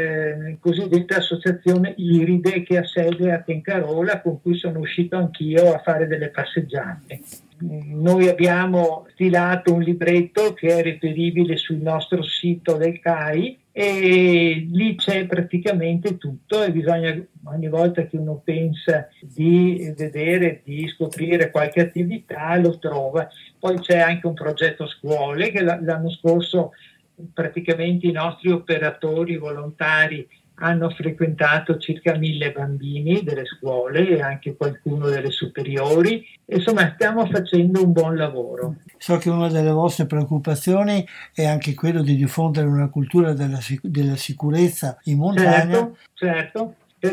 Eh, cosiddetta associazione Iride, che ha sede a Tencarola, con cui sono uscito anch'io a fare delle passeggiate. Noi abbiamo stilato un libretto che è reperibile sul nostro sito del C A I e lì c'è praticamente tutto e bisogna, ogni volta che uno pensa di vedere, di scoprire qualche attività, lo trova. Poi c'è anche un progetto scuole che l'anno scorso praticamente i nostri operatori volontari hanno frequentato circa mille bambini delle scuole e anche qualcuno delle superiori. Insomma, stiamo facendo un buon lavoro. So che una delle vostre preoccupazioni è anche quello di diffondere una cultura della, sic- della sicurezza in montagna. Certo, certo,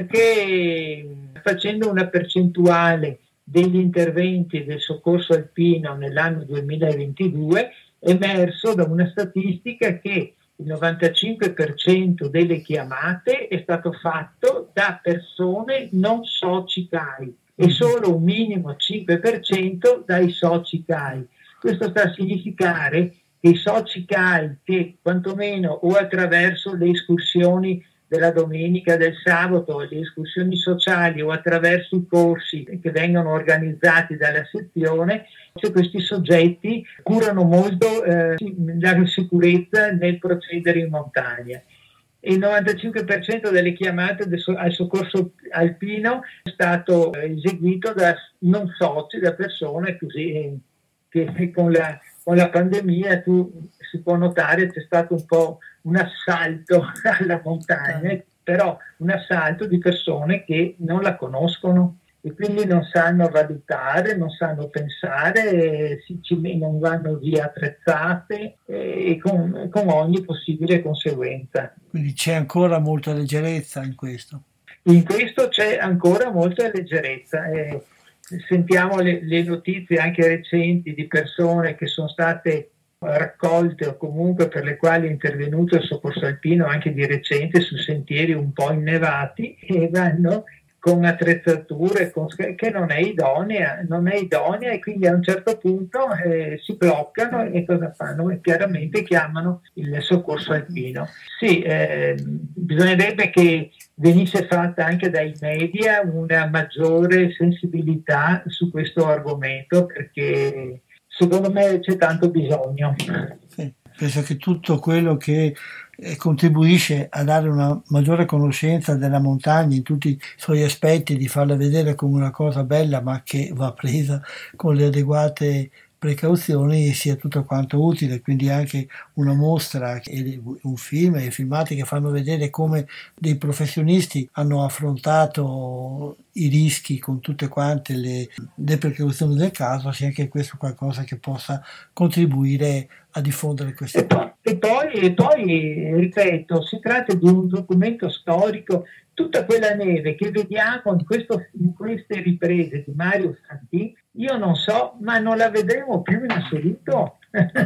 perché facendo una percentuale degli interventi del soccorso alpino nell'anno duemilaventidue è emerso da una statistica che il novantacinque per cento delle chiamate è stato fatto da persone non soci C A I e solo un minimo cinque per cento dai soci C A I. Questo sta a significare che i soci C A I che quantomeno o attraverso le escursioni della domenica, del sabato, le escursioni sociali o attraverso i corsi che vengono organizzati dalla sezione, cioè questi soggetti curano molto eh, la sicurezza nel procedere in montagna. E il novantacinque per cento delle chiamate del so- al soccorso alpino è stato eh, eseguito da non soci, da persone così eh, che con la, con la pandemia tu, si può notare c'è stato un po' un assalto alla montagna, però un assalto di persone che non la conoscono e quindi non sanno valutare, non sanno pensare, si, non vanno via attrezzate e con, con ogni possibile conseguenza. Quindi c'è ancora molta leggerezza in questo? In questo c'è ancora molta leggerezza. Eh, sentiamo le, le notizie anche recenti di persone che sono state raccolte o comunque per le quali è intervenuto il soccorso alpino anche di recente su sentieri un po' innevati e vanno con attrezzature con, che non è idonea, non è idonea e quindi a un certo punto eh, si bloccano e cosa fanno? E chiaramente chiamano il soccorso alpino. Sì, eh, bisognerebbe che venisse fatta anche dai media una maggiore sensibilità su questo argomento perché secondo me c'è tanto bisogno. Sì, penso che tutto quello che contribuisce a dare una maggiore conoscenza della montagna in tutti i suoi aspetti, di farla vedere come una cosa bella ma che va presa con le adeguate precauzioni, sia tutto quanto utile. Quindi anche una mostra, un film e filmati che fanno vedere come dei professionisti hanno affrontato i rischi con tutte quante le, le precauzioni del caso, sia anche questo qualcosa che possa contribuire a diffondere queste e poi, e poi, e poi ripeto, si tratta di un documento storico. Tutta quella neve che vediamo in, questo, in queste riprese di Mario Fantin, io non so, ma non la vedremo più in assoluto.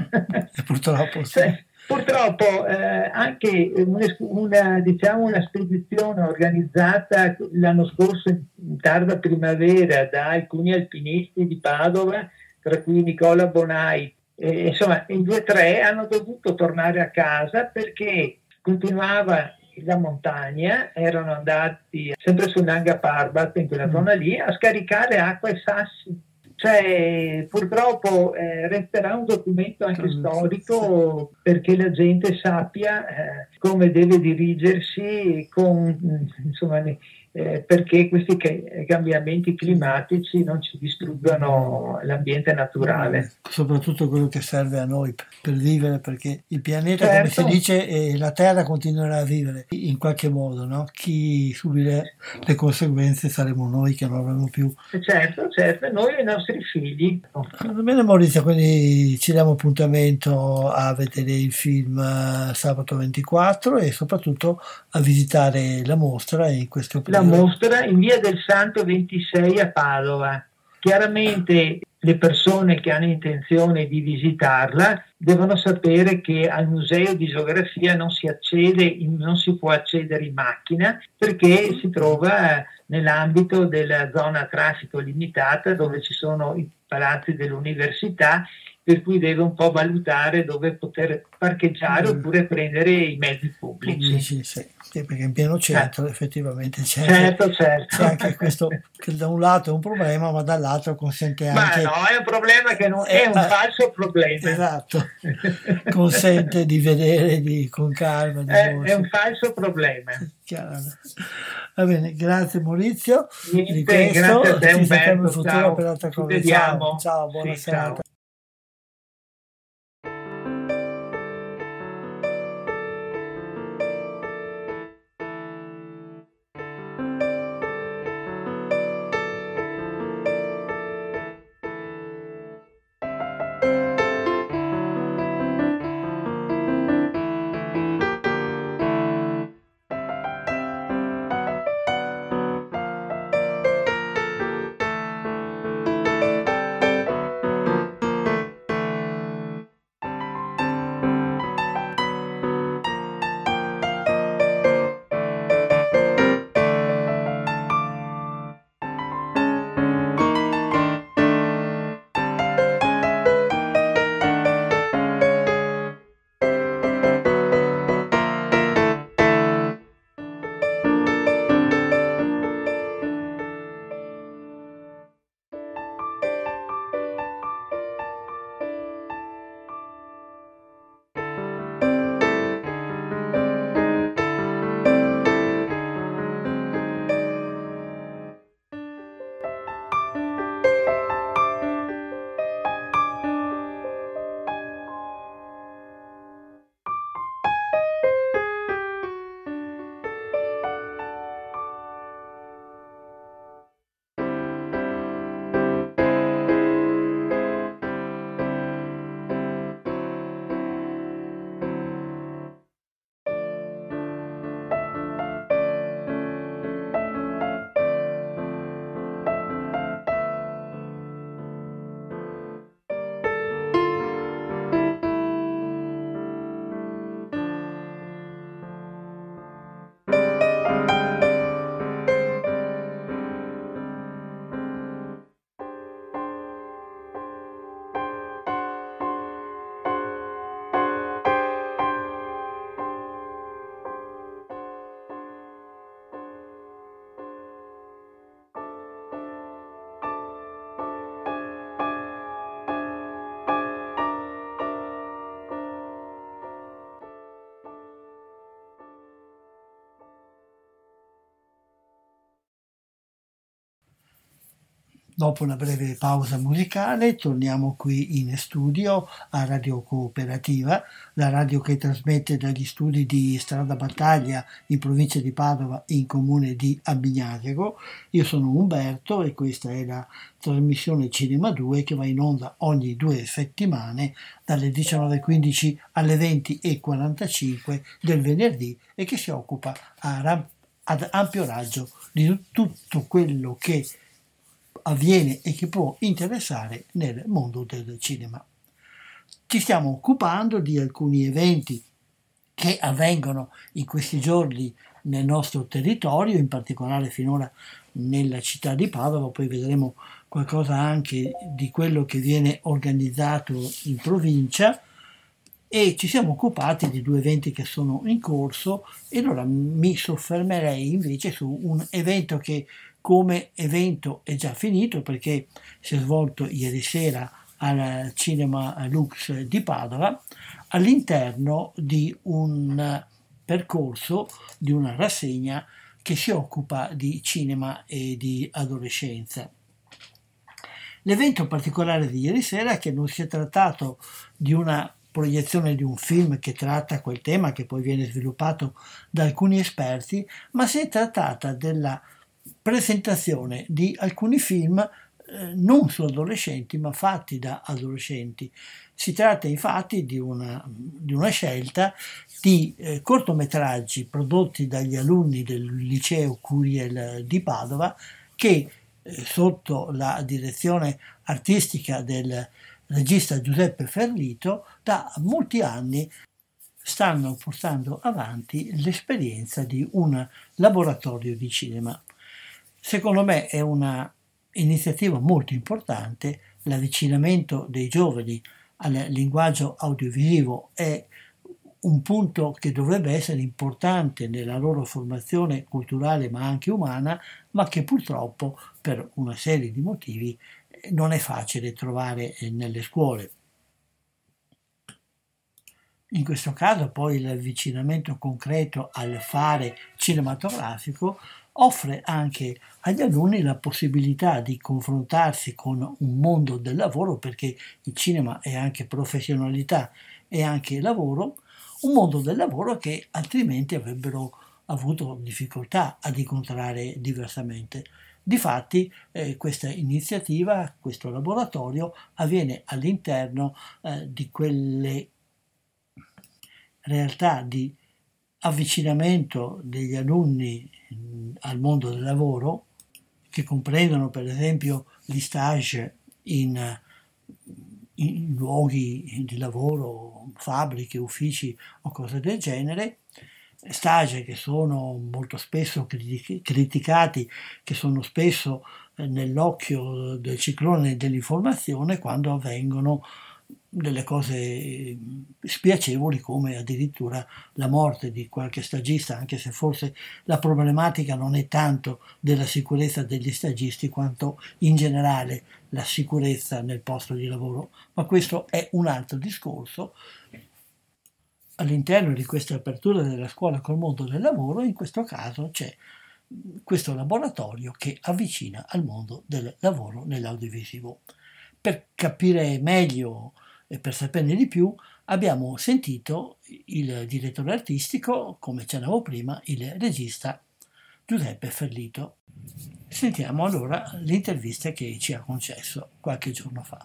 Purtroppo sì. Cioè, purtroppo eh, anche una, una, diciamo una spedizione organizzata l'anno scorso in tarda primavera da alcuni alpinisti di Padova, tra cui Nicola Bonai, eh, insomma in due o tre hanno dovuto tornare a casa perché continuava la montagna, erano andati sempre su Nanga Parbat, in quella zona lì, a scaricare acqua e sassi. Cioè, purtroppo eh, resterà un documento anche storico perché la gente sappia eh, come deve dirigersi con, insomma, eh, perché questi cambiamenti climatici non ci distruggano l'ambiente naturale. Soprattutto quello che serve a noi per vivere, perché il pianeta, certo, come si dice, eh, la Terra continuerà a vivere in qualche modo, no? Chi subirà le conseguenze saremo noi che non avremo più. Certo, certo, noi e i nostri figli. Va bene Maurizio, quindi ci diamo appuntamento a vedere il film uh, sabato ventiquattro e soprattutto a visitare la mostra in questo periodo. La mostra in via del Santo ventisei a Padova. Chiaramente le persone che hanno intenzione di visitarla devono sapere che al Museo di Geografia non si accede, in, non si può accedere in macchina perché si trova nell'ambito della zona a traffico limitata dove ci sono i palazzi dell'università, per cui deve un po' valutare dove poter parcheggiare Mm. oppure prendere i mezzi pubblici. Sì, sì, sì, perché in pieno centro effettivamente c'è, Certo, certo. c'è anche questo che da un lato è un problema, ma dall'altro consente Ma anche... no, è un problema che non è un Eh, falso problema. Esatto, consente di vedere di, con calma. Di È, nuovo, è sì. un falso problema. Chiaro. Va bene, grazie Maurizio Niente, di questo. grazie a te, Ci sentiamo in Umberto, futuro ciao. per altre Ci cose. vediamo. Ciao, ciao, buona Sì, serata. ciao. Dopo una breve pausa musicale torniamo qui in studio a Radio Cooperativa, la radio che trasmette dagli studi di Strada Battaglia in provincia di Padova in comune di Abbignasego. Io sono Umberto e questa è la trasmissione Cinema due che va in onda ogni due settimane dalle diciannove e quindici alle venti e quarantacinque del venerdì e che si occupa a ram- ad ampio raggio di tutto quello che avviene e che può interessare nel mondo del cinema. Ci stiamo occupando di alcuni eventi che avvengono in questi giorni nel nostro territorio, in particolare finora nella città di Padova, poi vedremo qualcosa anche di quello che viene organizzato in provincia e ci siamo occupati di due eventi che sono in corso e allora mi soffermerei invece su un evento che come evento è già finito perché si è svolto ieri sera al Cinema Lux di Padova all'interno di un percorso, di una rassegna che si occupa di cinema e di adolescenza. L'evento particolare di ieri sera è che non si è trattato di una proiezione di un film che tratta quel tema che poi viene sviluppato da alcuni esperti, ma si è trattata della presentazione di alcuni film eh, non su adolescenti ma fatti da adolescenti. Si tratta infatti di una, di una scelta di eh, cortometraggi prodotti dagli alunni del liceo Curiel di Padova che eh, sotto la direzione artistica del regista Giuseppe Ferlito da molti anni stanno portando avanti l'esperienza di un laboratorio di cinema. Secondo me è una iniziativa molto importante l'avvicinamento dei giovani al linguaggio audiovisivo è un punto che dovrebbe essere importante nella loro formazione culturale ma anche umana, ma che purtroppo per una serie di motivi non è facile trovare nelle scuole. In questo caso poi l'avvicinamento concreto al fare cinematografico offre anche agli alunni la possibilità di confrontarsi con un mondo del lavoro, perché il cinema è anche professionalità e anche lavoro, un mondo del lavoro che altrimenti avrebbero avuto difficoltà ad incontrare diversamente. Difatti eh, questa iniziativa, questo laboratorio avviene all'interno eh, di quelle realtà di avvicinamento degli alunni mh, al mondo del lavoro, che comprendono per esempio gli stage in, in luoghi di lavoro, fabbriche, uffici o cose del genere, stage che sono molto spesso critic- criticati, che sono spesso eh, nell'occhio del ciclone dell'informazione quando avvengono delle cose spiacevoli, come addirittura la morte di qualche stagista, anche se forse la problematica non è tanto della sicurezza degli stagisti quanto in generale la sicurezza nel posto di lavoro, ma questo è un altro discorso. All'interno di questa apertura della scuola col mondo del lavoro, in questo caso c'è questo laboratorio che avvicina al mondo del lavoro nell'audiovisivo. Per capire meglio e per saperne di più abbiamo sentito il direttore artistico, come accennavo prima, il regista Giuseppe Ferlito. Sentiamo allora l'intervista che ci ha concesso qualche giorno fa.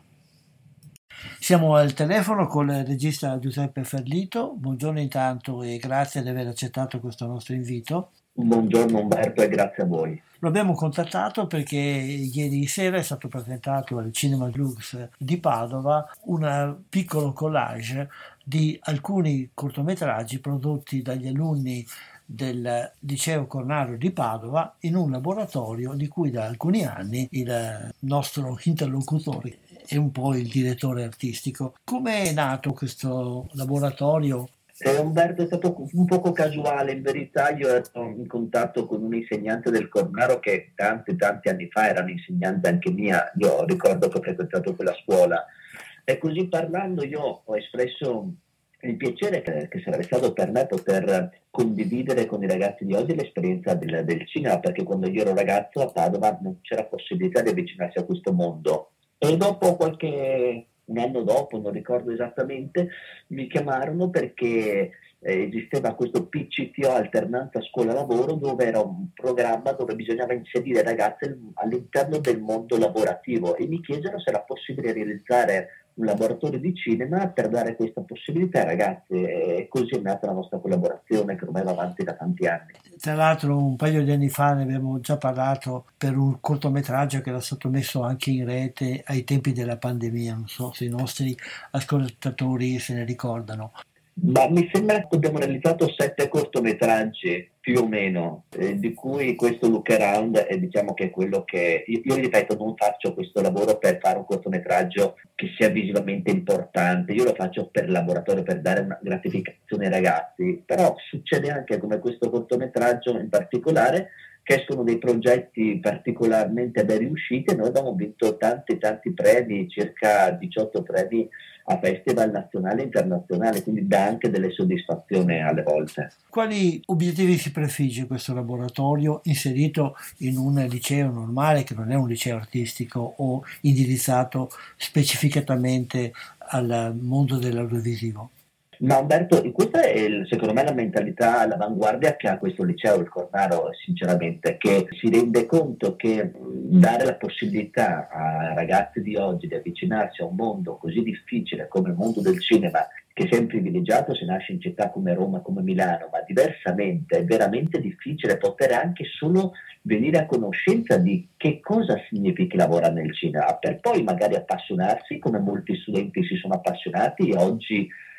Siamo al telefono con il regista Giuseppe Ferlito. Buongiorno intanto e grazie di aver accettato questo nostro invito. Buongiorno Umberto e grazie a voi. Lo abbiamo contattato perché ieri sera è stato presentato al Cinema Lux di Padova un piccolo collage di alcuni cortometraggi prodotti dagli alunni del Liceo Cornaro di Padova in un laboratorio di cui da alcuni anni il nostro interlocutore è un po' il direttore artistico. Come è nato questo laboratorio? Eh, Umberto, è stato un poco casuale, in verità io ero in contatto con un insegnante del Cornaro che tanti tanti anni fa era un'insegnante anche mia, io ricordo che ho frequentato quella scuola e così parlando io ho espresso il piacere che, che sarebbe stato per me poter condividere con i ragazzi di oggi l'esperienza del, del cinema, perché quando io ero ragazzo a Padova non c'era possibilità di avvicinarsi a questo mondo e dopo qualche un anno dopo, non ricordo esattamente, mi chiamarono perché eh, esisteva questo P C T O, alternanza scuola-lavoro, dove era un programma dove bisognava inserire ragazze all'interno del mondo lavorativo e mi chiesero se era possibile realizzare un laboratorio di cinema per dare questa possibilità ai ragazzi e così è nata la nostra collaborazione che ormai va avanti da tanti anni. Tra l'altro un paio di anni fa ne abbiamo già parlato per un cortometraggio che era stato messo anche in rete ai tempi della pandemia, non so se i nostri ascoltatori se ne ricordano. Ma mi sembra che abbiamo realizzato sette cortometraggi più o meno, eh, di cui questo Look Around è, diciamo che è quello che io, io ripeto, non faccio questo lavoro per fare un cortometraggio che sia visivamente importante, io lo faccio per laboratorio, per dare una gratificazione ai ragazzi, però succede anche come questo cortometraggio in particolare che escono dei progetti particolarmente ben riusciti e noi abbiamo vinto tanti tanti premi, circa diciotto premi a festival nazionali e internazionali, quindi dà anche delle soddisfazioni alle volte. Quali obiettivi si prefigge questo laboratorio inserito in un liceo normale che non è un liceo artistico o indirizzato specificatamente al mondo dell'audiovisivo? Ma Umberto, questa è secondo me la mentalità all'avanguardia che ha questo liceo, il Cornaro, sinceramente, che si rende conto che dare la possibilità a ragazzi di oggi di avvicinarsi a un mondo così difficile come il mondo del cinema, che è sempre privilegiato se nasce in città come Roma, come Milano, ma diversamente è veramente difficile poter anche solo venire a conoscenza di che cosa significa lavorare nel cinema, per poi magari appassionarsi come molti studenti si sono appassionati e oggi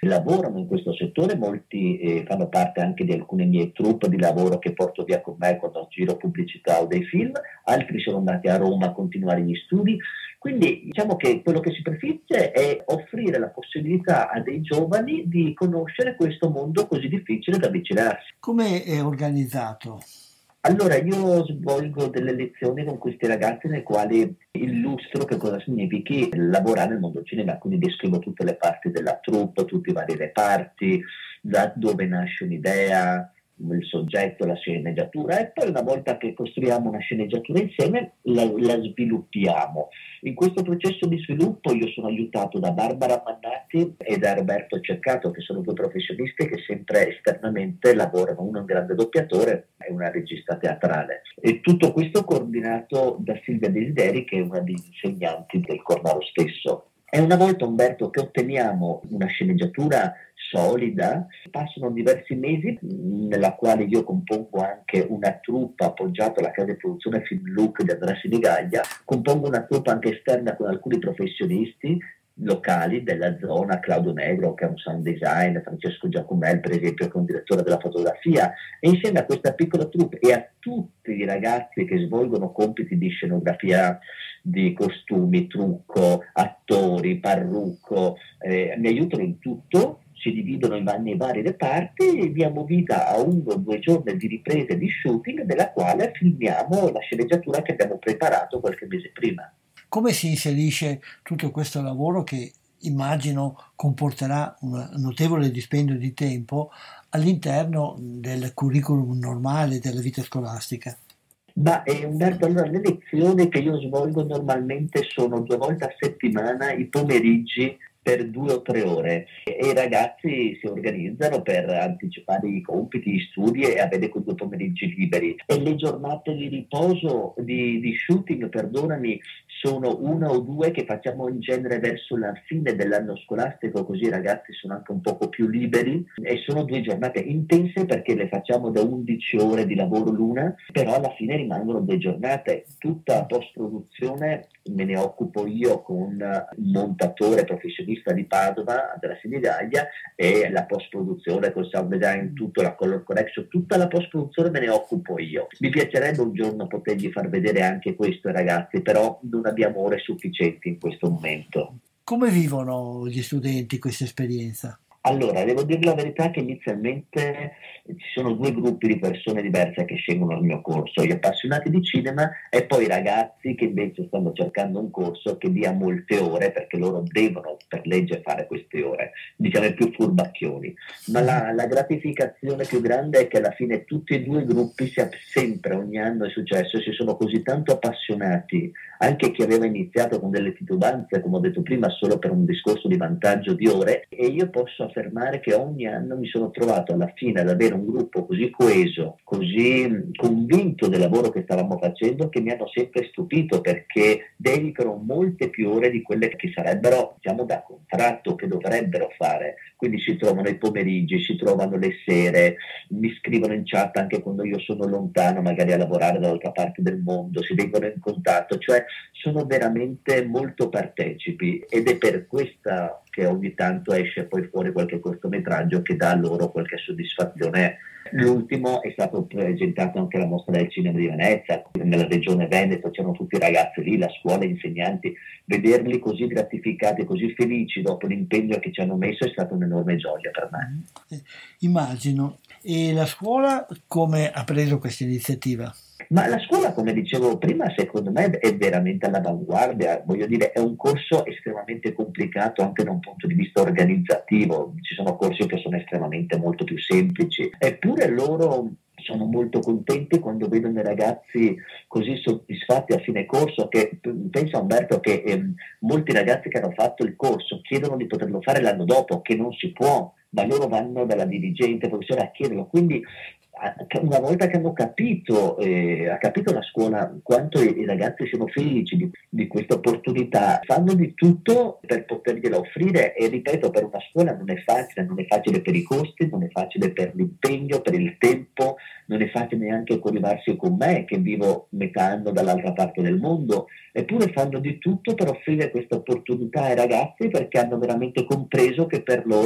lavorano in questo settore, molti eh, fanno parte anche di alcune mie troupe di lavoro che porto via con me quando giro pubblicità o dei film, altri sono andati a Roma a continuare gli studi. Quindi diciamo che quello che si prefigge è offrire la possibilità a dei giovani di conoscere questo mondo così difficile da avvicinarsi. Come è organizzato? Allora, io svolgo delle lezioni con questi ragazzi nel quali illustro che cosa significhi lavorare nel mondo cinema, quindi descrivo tutte le parti della troupe, tutti i vari reparti, da dove nasce un'idea, il soggetto, la sceneggiatura, e poi una volta che costruiamo una sceneggiatura insieme la, la sviluppiamo. In questo processo di sviluppo io sono aiutato da Barbara Mannati e da Roberto Ceccato, che sono due professionisti che sempre esternamente lavorano, uno è un grande doppiatore e una regista teatrale, e tutto questo coordinato da Silvia Desideri, che è una degli insegnanti del Cornaro stesso. E una volta, Umberto, che otteniamo una sceneggiatura solida, passano diversi mesi nella quale io compongo anche una troupe appoggiata alla casa di produzione Film Look di Andrea Sinigaglia, compongo una troupe anche esterna con alcuni professionisti locali della zona, Claudio Negro che è un sound design, Francesco Giacomel per esempio che è un direttore della fotografia, e insieme a questa piccola troupe e a tutti i ragazzi che svolgono compiti di scenografia, di costumi, trucco, attori, parrucco, eh, mi aiutano in tutto, si dividono in, nei vari reparti e diamo vita a uno o due giorni di riprese e di shooting nella quale filmiamo la sceneggiatura che abbiamo preparato qualche mese prima. Come si inserisce tutto questo lavoro che immagino comporterà un notevole dispendio di tempo all'interno del curriculum normale della vita scolastica? Ma eh, Umberto, allora le lezioni che io svolgo normalmente sono due volte a settimana, i pomeriggi per due o tre ore, e i ragazzi si organizzano per anticipare i compiti, gli studi e avere quei due pomeriggi liberi. E le giornate di riposo, di, di shooting, perdonami, sono una o due che facciamo in genere verso la fine dell'anno scolastico, così i ragazzi sono anche un poco più liberi, e sono due giornate intense perché le facciamo da undici ore di lavoro l'una, però alla fine rimangono due giornate. Tutta la post-produzione me ne occupo io con un montatore professionista di Padova, della Sinigaglia, e la post-produzione col sound design, tutto, la color correction, tutta la post-produzione me ne occupo io. Mi piacerebbe un giorno potergli far vedere anche questo ai ragazzi, però non abbiamo ore sufficienti in questo momento. Come vivono gli studenti questa esperienza? Allora, devo dire la verità che inizialmente ci sono due gruppi di persone diverse che scelgono il mio corso, gli appassionati di cinema e poi i ragazzi che invece stanno cercando un corso che dia molte ore, perché loro devono per legge fare queste ore, diciamo i più furbacchioni. Ma la, la gratificazione più grande è che alla fine tutti e due i gruppi, sempre, ogni anno è successo, si sono così tanto appassionati, anche chi aveva iniziato con delle titubanze, come ho detto prima, solo per un discorso di vantaggio di ore, e io posso affermare che ogni anno mi sono trovato alla fine ad avere un gruppo così coeso, così convinto del lavoro che stavamo facendo, che mi hanno sempre stupito, perché dedicano molte più ore di quelle che sarebbero, diciamo, da contratto, che dovrebbero fare. Quindi si trovano i pomeriggi, si trovano le sere, mi scrivono in chat anche quando io sono lontano, magari a lavorare dall'altra parte del mondo, si vengono in contatto, cioè sono veramente molto partecipi, ed è per questa che ogni tanto esce poi fuori qualche cortometraggio che dà loro qualche soddisfazione. L'ultimo è stato presentato anche alla Mostra del Cinema di Venezia, nella regione Veneto, c'erano tutti i ragazzi lì, la scuola, gli insegnanti, vederli così gratificati, così felici dopo l'impegno che ci hanno messo è stata un'enorme gioia per me. Immagino. E la scuola come ha preso questa iniziativa? Ma la scuola, come dicevo prima, secondo me è veramente all'avanguardia, voglio dire, è un corso estremamente complicato anche da un punto di vista organizzativo, ci sono corsi che sono estremamente molto più semplici, eppure loro sono molto contenti quando vedono i ragazzi così soddisfatti a fine corso, che pensa Umberto che eh, molti ragazzi che hanno fatto il corso chiedono di poterlo fare l'anno dopo, che non si può, ma loro vanno dalla dirigente, professore, a chiederlo, quindi una volta che hanno capito, eh, ha capito la scuola quanto i, i ragazzi siano felici di, di questa opportunità, fanno di tutto per potergliela offrire, e ripeto, per una scuola non è facile, non è facile per i costi, non è facile per l'impegno, per il tempo, non è facile neanche collegarsi con me che vivo metà anno dall'altra parte del mondo, eppure fanno di tutto per offrire questa opportunità ai ragazzi, perché hanno veramente compreso che per loro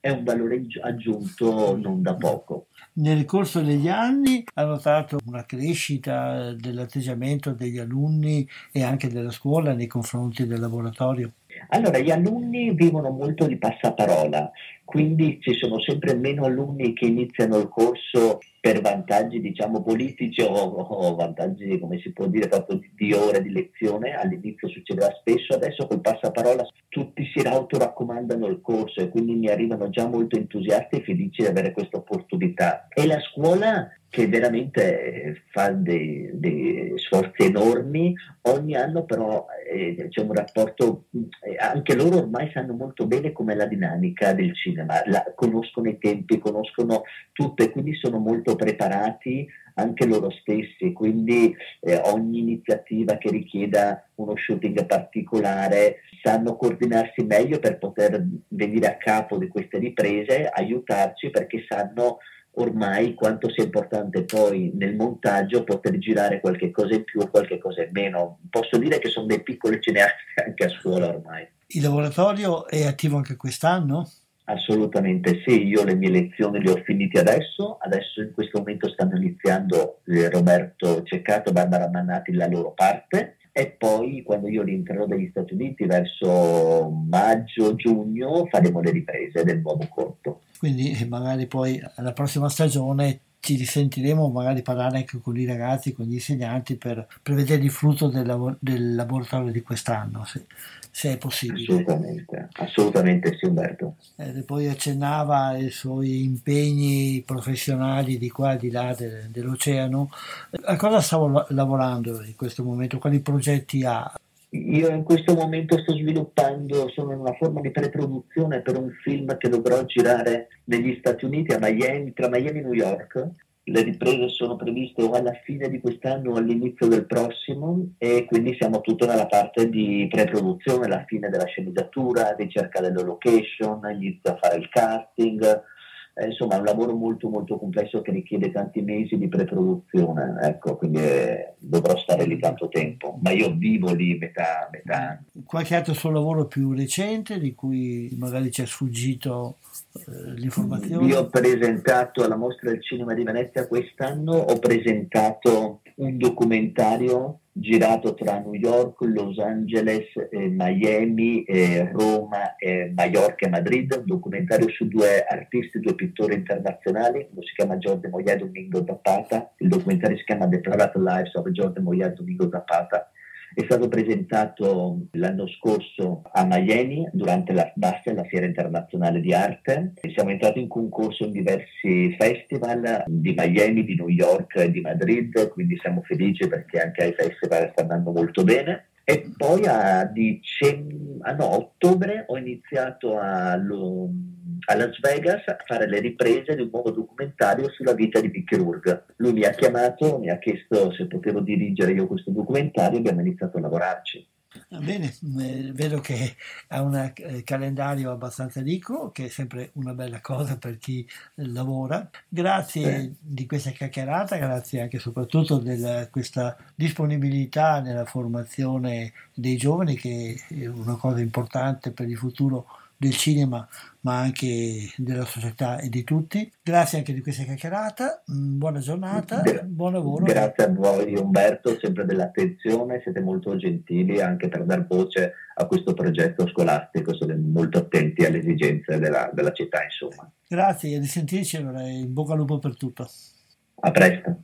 è un valore aggiunto non da poco. Nel corso degli anni ha notato una crescita dell'atteggiamento degli alunni e anche della scuola nei confronti del laboratorio? Allora, gli alunni vivono molto di passaparola, quindi ci sono sempre meno alunni che iniziano il corso per vantaggi, diciamo, politici o, o vantaggi, come si può dire, proprio di, di ore di lezione. All'inizio succedeva spesso, adesso col passaparola tutti si autoraccomandano il corso e quindi mi arrivano già molto entusiasti e felici di avere questa opportunità. E la scuola, che veramente fa dei, dei sforzi enormi, ogni anno però eh, c'è un rapporto, eh, anche loro ormai sanno molto bene com'è la dinamica del cinema, la, conoscono i tempi, conoscono tutto e quindi sono molto preparati anche loro stessi, quindi eh, ogni iniziativa che richieda uno shooting particolare sanno coordinarsi meglio per poter venire a capo di queste riprese, aiutarci perché sanno ormai quanto sia importante poi nel montaggio poter girare qualche cosa in più o qualche cosa in meno. Posso dire che sono dei piccoli cineasti anche a scuola ormai. Il laboratorio è attivo anche quest'anno? Assolutamente sì, io le mie lezioni le ho finite adesso, adesso in questo momento stanno iniziando eh, Roberto Ceccato e Barbara Mannati la loro parte e poi quando io rientrerò dagli Stati Uniti verso maggio-giugno faremo le riprese del nuovo corto. Quindi magari poi alla prossima stagione ci risentiremo, magari parlare anche con i ragazzi, con gli insegnanti per, per vedere il frutto del, lavoro, del laboratorio di quest'anno, se, se è possibile. Assolutamente, assolutamente sì Umberto. Eh, poi accennava ai suoi impegni professionali di qua e di là de, dell'oceano. A cosa stavo lavorando in questo momento? Quali progetti ha? Io in questo momento sto sviluppando, sono in una forma di pre-produzione per un film che dovrò girare negli Stati Uniti, a Miami, tra Miami e New York. Le riprese sono previste o alla fine di quest'anno o all'inizio del prossimo e quindi siamo tutto nella parte di pre-produzione, la fine della sceneggiatura, ricerca delle location, inizio a fare il casting. Eh, insomma è un lavoro molto molto complesso che richiede tanti mesi di preproduzione, ecco, quindi eh, dovrò stare lì tanto tempo, ma io vivo lì metà, metà anno. Qualche altro suo lavoro più recente di cui magari ci è sfuggito eh, l'informazione? Io ho presentato alla Mostra del Cinema di Venezia quest'anno, ho presentato un documentario girato tra New York, Los Angeles, eh, Miami, eh, Roma, eh, Mallorca e Madrid, un documentario su due artisti, due pittori internazionali, uno si chiama Jorge Moya e Domingo Zapata, il documentario si chiama The Private Lives of Jorge Moya e Domingo Zapata. È stato presentato l'anno scorso a Miami durante la Basel, la Fiera Internazionale di Arte. Siamo entrati in concorso in diversi festival di Miami, di New York e di Madrid, quindi siamo felici perché anche ai festival sta andando molto bene. E poi a, dicem- ah no, ottobre ho iniziato a, lo, a Las Vegas a fare le riprese di un nuovo documentario sulla vita di Mickey Rourke. Lui mi ha chiamato, mi ha chiesto se potevo dirigere io questo documentario e abbiamo iniziato a lavorarci. Bene, eh, vedo che ha un eh, calendario abbastanza ricco, che è sempre una bella cosa per chi eh, lavora. Grazie eh. di questa chiacchierata, grazie anche e soprattutto di questa disponibilità nella formazione dei giovani, che è una cosa importante per il futuro del cinema ma anche della società e di tutti. Grazie anche di questa chiacchierata, buona giornata, Gra- buon lavoro. Grazie a voi Umberto, sempre dell'attenzione, siete molto gentili anche per dar voce a questo progetto scolastico, siete molto attenti alle esigenze della, della città insomma. Grazie, a risentirci allora, in bocca al lupo per tutto. A presto.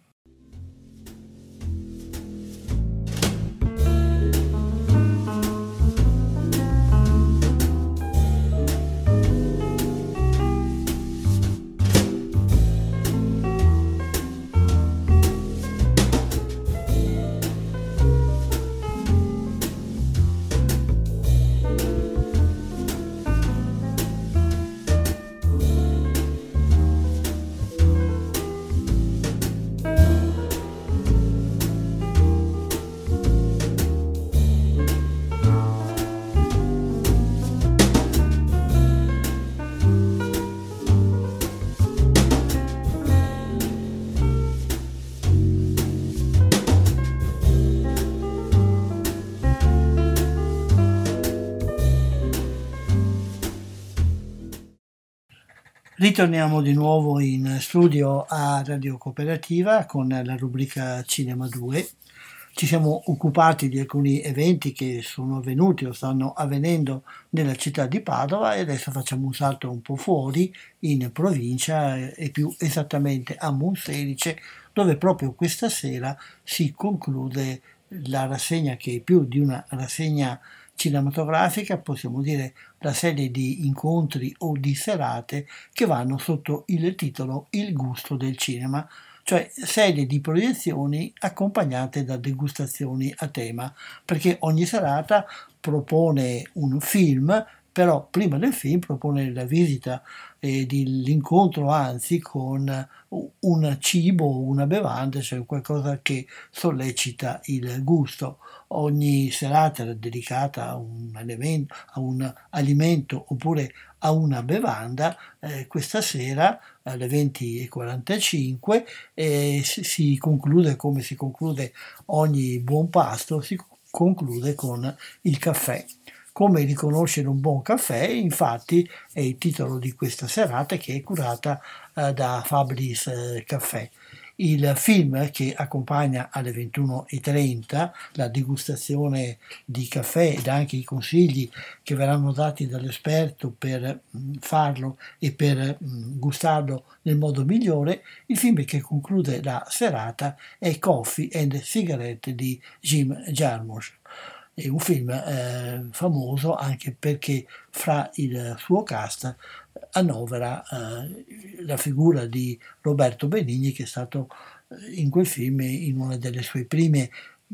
Ritorniamo di nuovo in studio a Radio Cooperativa con la rubrica Cinema due. Ci siamo occupati di alcuni eventi che sono avvenuti o stanno avvenendo nella città di Padova e adesso facciamo un salto un po' fuori in provincia e più esattamente a Monselice, dove proprio questa sera si conclude la rassegna, che è più di una rassegna cinematografica, possiamo dire la serie di incontri o di serate che vanno sotto il titolo Il gusto del cinema, cioè serie di proiezioni accompagnate da degustazioni a tema, perché ogni serata propone un film, però prima del film propone la visita e l'incontro anzi con un cibo o una bevanda, cioè qualcosa che sollecita il gusto. Ogni serata era dedicata a un alimento, a un alimento oppure a una bevanda. Eh, questa sera alle venti e quarantacinque eh, si, si conclude, come si conclude ogni buon pasto, si conclude con il caffè. Come riconoscere un buon caffè, infatti, è il titolo di questa serata, che è curata eh, da Fabris eh, Caffè. Il film che accompagna alle ventuno e trenta la degustazione di caffè ed anche i consigli che verranno dati dall'esperto per mh, farlo e per mh, gustarlo nel modo migliore. Il film che conclude la serata è Coffee and Cigarette di Jim Jarmusch. È un film eh, famoso anche perché fra il suo cast annovera eh, la figura di Roberto Benigni, che è stato eh, in quel film in una delle sue prime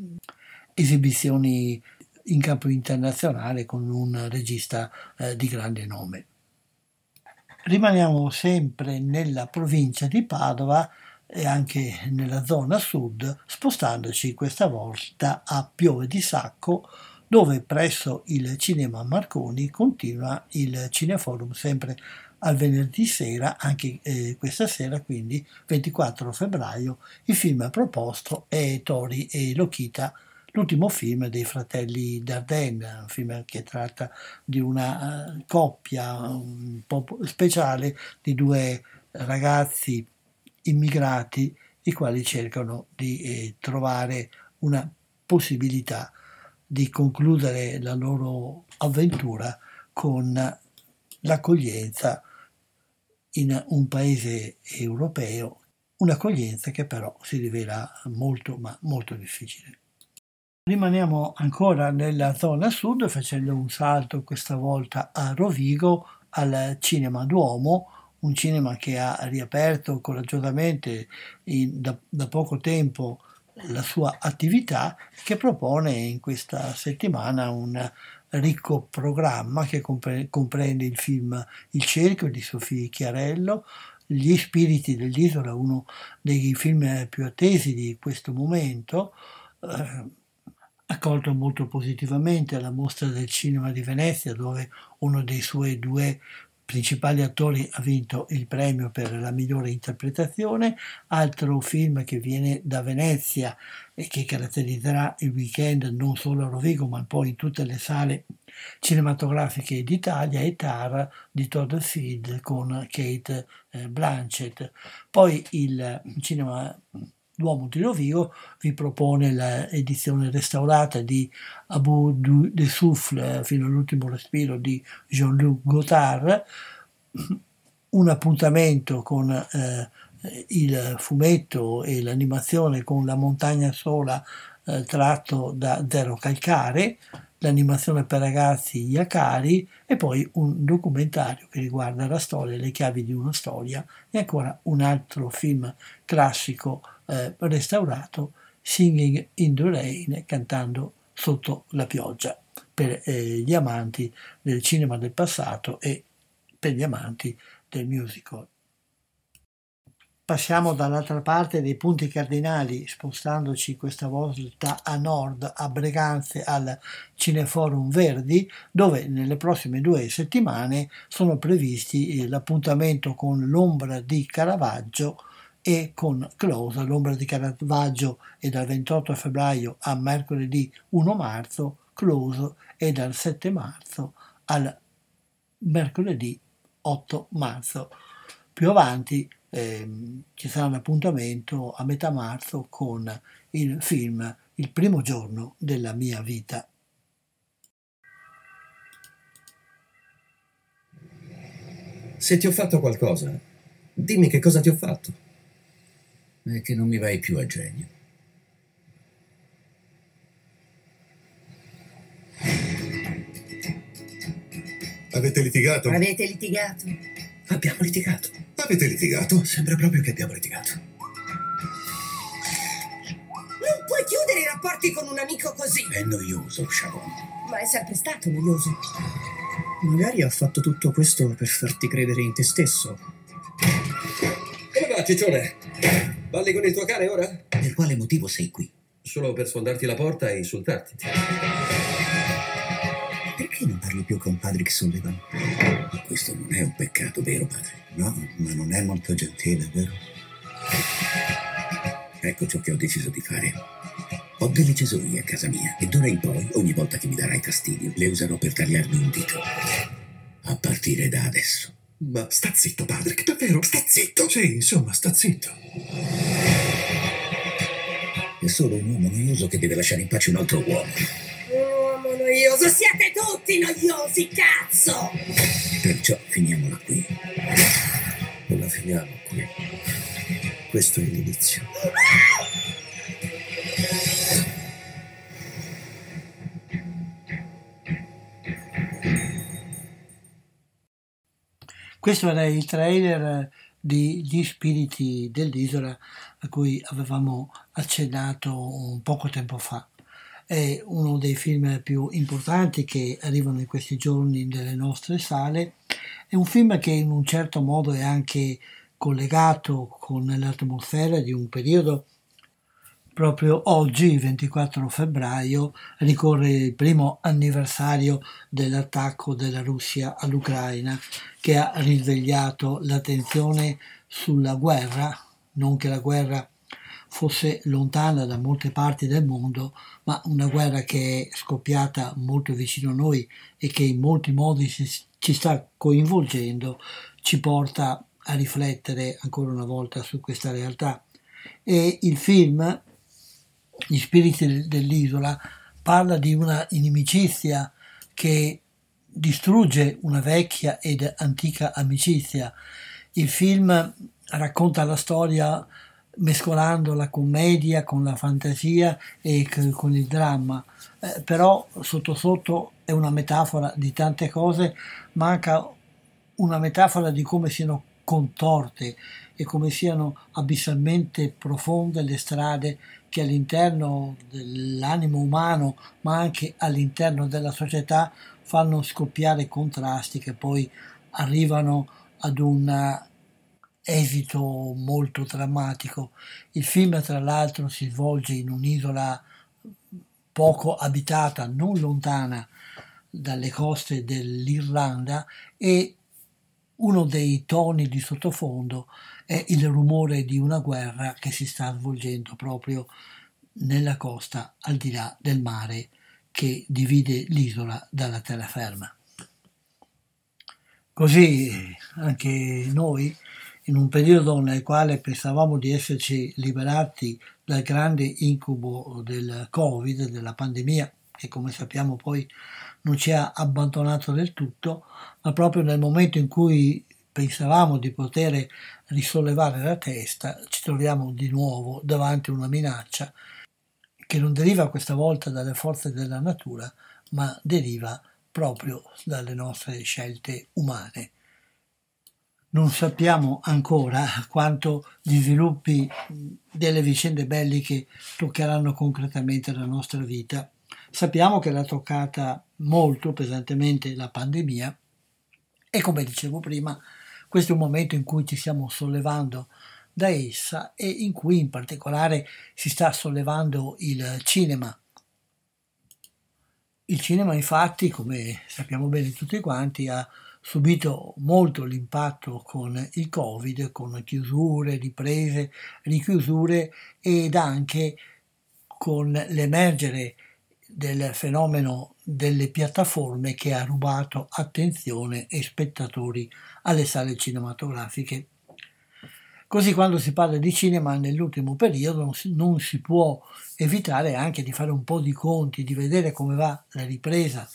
esibizioni in campo internazionale con un regista eh, di grande nome. Rimaniamo sempre nella provincia di Padova e anche nella zona sud, spostandoci questa volta a Piove di Sacco, dove presso il Cinema Marconi continua il Cineforum, sempre al venerdì sera, anche eh, questa sera, quindi ventiquattro febbraio. Il film proposto è Tori e Lokita, l'ultimo film dei fratelli Dardenne, un film che tratta di una uh, coppia un po' speciale di due ragazzi immigrati, i quali cercano di eh, trovare una possibilità di concludere la loro avventura con l'accoglienza in un paese europeo, un'accoglienza che però si rivela molto ma molto difficile. Rimaniamo ancora nella zona sud, facendo un salto questa volta a Rovigo, al Cinema Duomo, un cinema che ha riaperto coraggiosamente in, da, da poco tempo la sua attività, che propone in questa settimana un ricco programma che compre, comprende il film Il cerchio di Sofì Chiarello, Gli spiriti dell'isola, uno dei film più attesi di questo momento, eh, accolto molto positivamente alla Mostra del Cinema di Venezia, dove uno dei suoi due principali attori ha vinto il premio per la migliore interpretazione. Altro film che viene da Venezia e che caratterizzerà il weekend non solo a Rovigo ma poi in tutte le sale cinematografiche d'Italia è Tar di Todd Field con Kate Blanchett. Poi il Cinema Duomo di Rovigo vi propone l'edizione restaurata di Abu de Souffle fino all'ultimo respiro di Jean-Luc Godard, un appuntamento con eh, il fumetto e l'animazione con La montagna sola eh, tratto da Zero Calcare, l'animazione per ragazzi Yakari e poi un documentario che riguarda la storia e le chiavi di una storia e ancora un altro film classico eh, restaurato, Singing in the Rain, cantando sotto la pioggia, per eh, gli amanti del cinema del passato e per gli amanti del musical. Passiamo dall'altra parte dei punti cardinali, spostandoci questa volta a nord, a Breganze, al Cineforum Verdi, dove nelle prossime due settimane sono previsti l'appuntamento con L'ombra di Caravaggio e con Close. L'ombra di Caravaggio è dal ventotto febbraio a mercoledì primo marzo, Close è dal sette marzo al mercoledì otto marzo. più avanti eh, ci sarà un appuntamento a metà marzo con il film Il primo giorno della mia vita. Se ti ho fatto qualcosa, dimmi che cosa ti ho fatto. È che non mi vai più a genio. Avete litigato? Avete litigato? Abbiamo litigato. Avete litigato? Sembra proprio che abbiamo litigato. Non puoi chiudere i rapporti con un amico così. È noioso, Sharon. Ma è sempre stato noioso. Magari ha fatto tutto questo per farti credere in te stesso. Come va, ciccione? Balli con il tuo cane ora? Per quale motivo sei qui? Solo per sfondarti la porta e insultarti. Perché non parli più con Patrick Sullivan? Questo non è un peccato, vero, padre? No, ma non è molto gentile, vero? Ecco ciò che ho deciso di fare. Ho delle cesoie a casa mia e d'ora in poi, ogni volta che mi darai fastidio, le userò per tagliarmi un dito. A partire da adesso. Ma sta zitto, Patrick, davvero? Sta zitto! Sì, insomma, sta zitto. È solo un uomo noioso che deve lasciare in pace un altro uomo. Un uomo noioso, siete tutti noiosi, cazzo! Perciò finiamola qui. Non la finiamo qui. Questo è l'inizio. Questo era il trailer di Gli spiriti dell'isola a cui avevamo accennato un poco tempo fa. È uno dei film più importanti che arrivano in questi giorni nelle nostre sale. È un film che in un certo modo è anche collegato con l'atmosfera di un periodo. Proprio oggi, ventiquattro febbraio, ricorre il primo anniversario dell'attacco della Russia all'Ucraina, che ha risvegliato l'attenzione sulla guerra, non che la guerra fosse lontana da molte parti del mondo, ma una guerra che è scoppiata molto vicino a noi e che in molti modi si, ci sta coinvolgendo, ci porta a riflettere ancora una volta su questa realtà. E il film Gli spiriti dell'isola parla di una inimicizia che distrugge una vecchia ed antica amicizia. Il film racconta la storia mescolando la commedia con la fantasia e con il dramma, eh, però sotto sotto è una metafora di tante cose, manca una metafora di come siano contorte e come siano abissalmente profonde le strade che all'interno dell'animo umano, ma anche all'interno della società, fanno scoppiare contrasti che poi arrivano ad un esito molto drammatico. Il film, tra l'altro, si svolge in un'isola poco abitata, non lontana dalle coste dell'Irlanda, e uno dei toni di sottofondo è il rumore di una guerra che si sta svolgendo proprio nella costa al di là del mare che divide l'isola dalla terraferma. Così anche noi, in un periodo nel quale pensavamo di esserci liberati dal grande incubo del Covid, della pandemia, che come sappiamo poi non ci ha abbandonato del tutto, ma proprio nel momento in cui pensavamo di poter risollevare la testa, ci troviamo di nuovo davanti a una minaccia che non deriva questa volta dalle forze della natura, ma deriva proprio dalle nostre scelte umane. Non sappiamo ancora quanto gli sviluppi delle vicende belliche toccheranno concretamente la nostra vita. Sappiamo che l'ha toccata molto pesantemente la pandemia e, come dicevo prima, questo è un momento in cui ci stiamo sollevando da essa e in cui in particolare si sta sollevando il cinema. Il cinema, infatti, come sappiamo bene tutti quanti, ha subito molto l'impatto con il Covid, con chiusure, riprese, richiusure ed anche con l'emergere del fenomeno delle piattaforme che ha rubato attenzione e spettatori alle sale cinematografiche. Così quando si parla di cinema nell'ultimo periodo non si, non si può evitare anche di fare un po' di conti, di vedere come va la ripresa,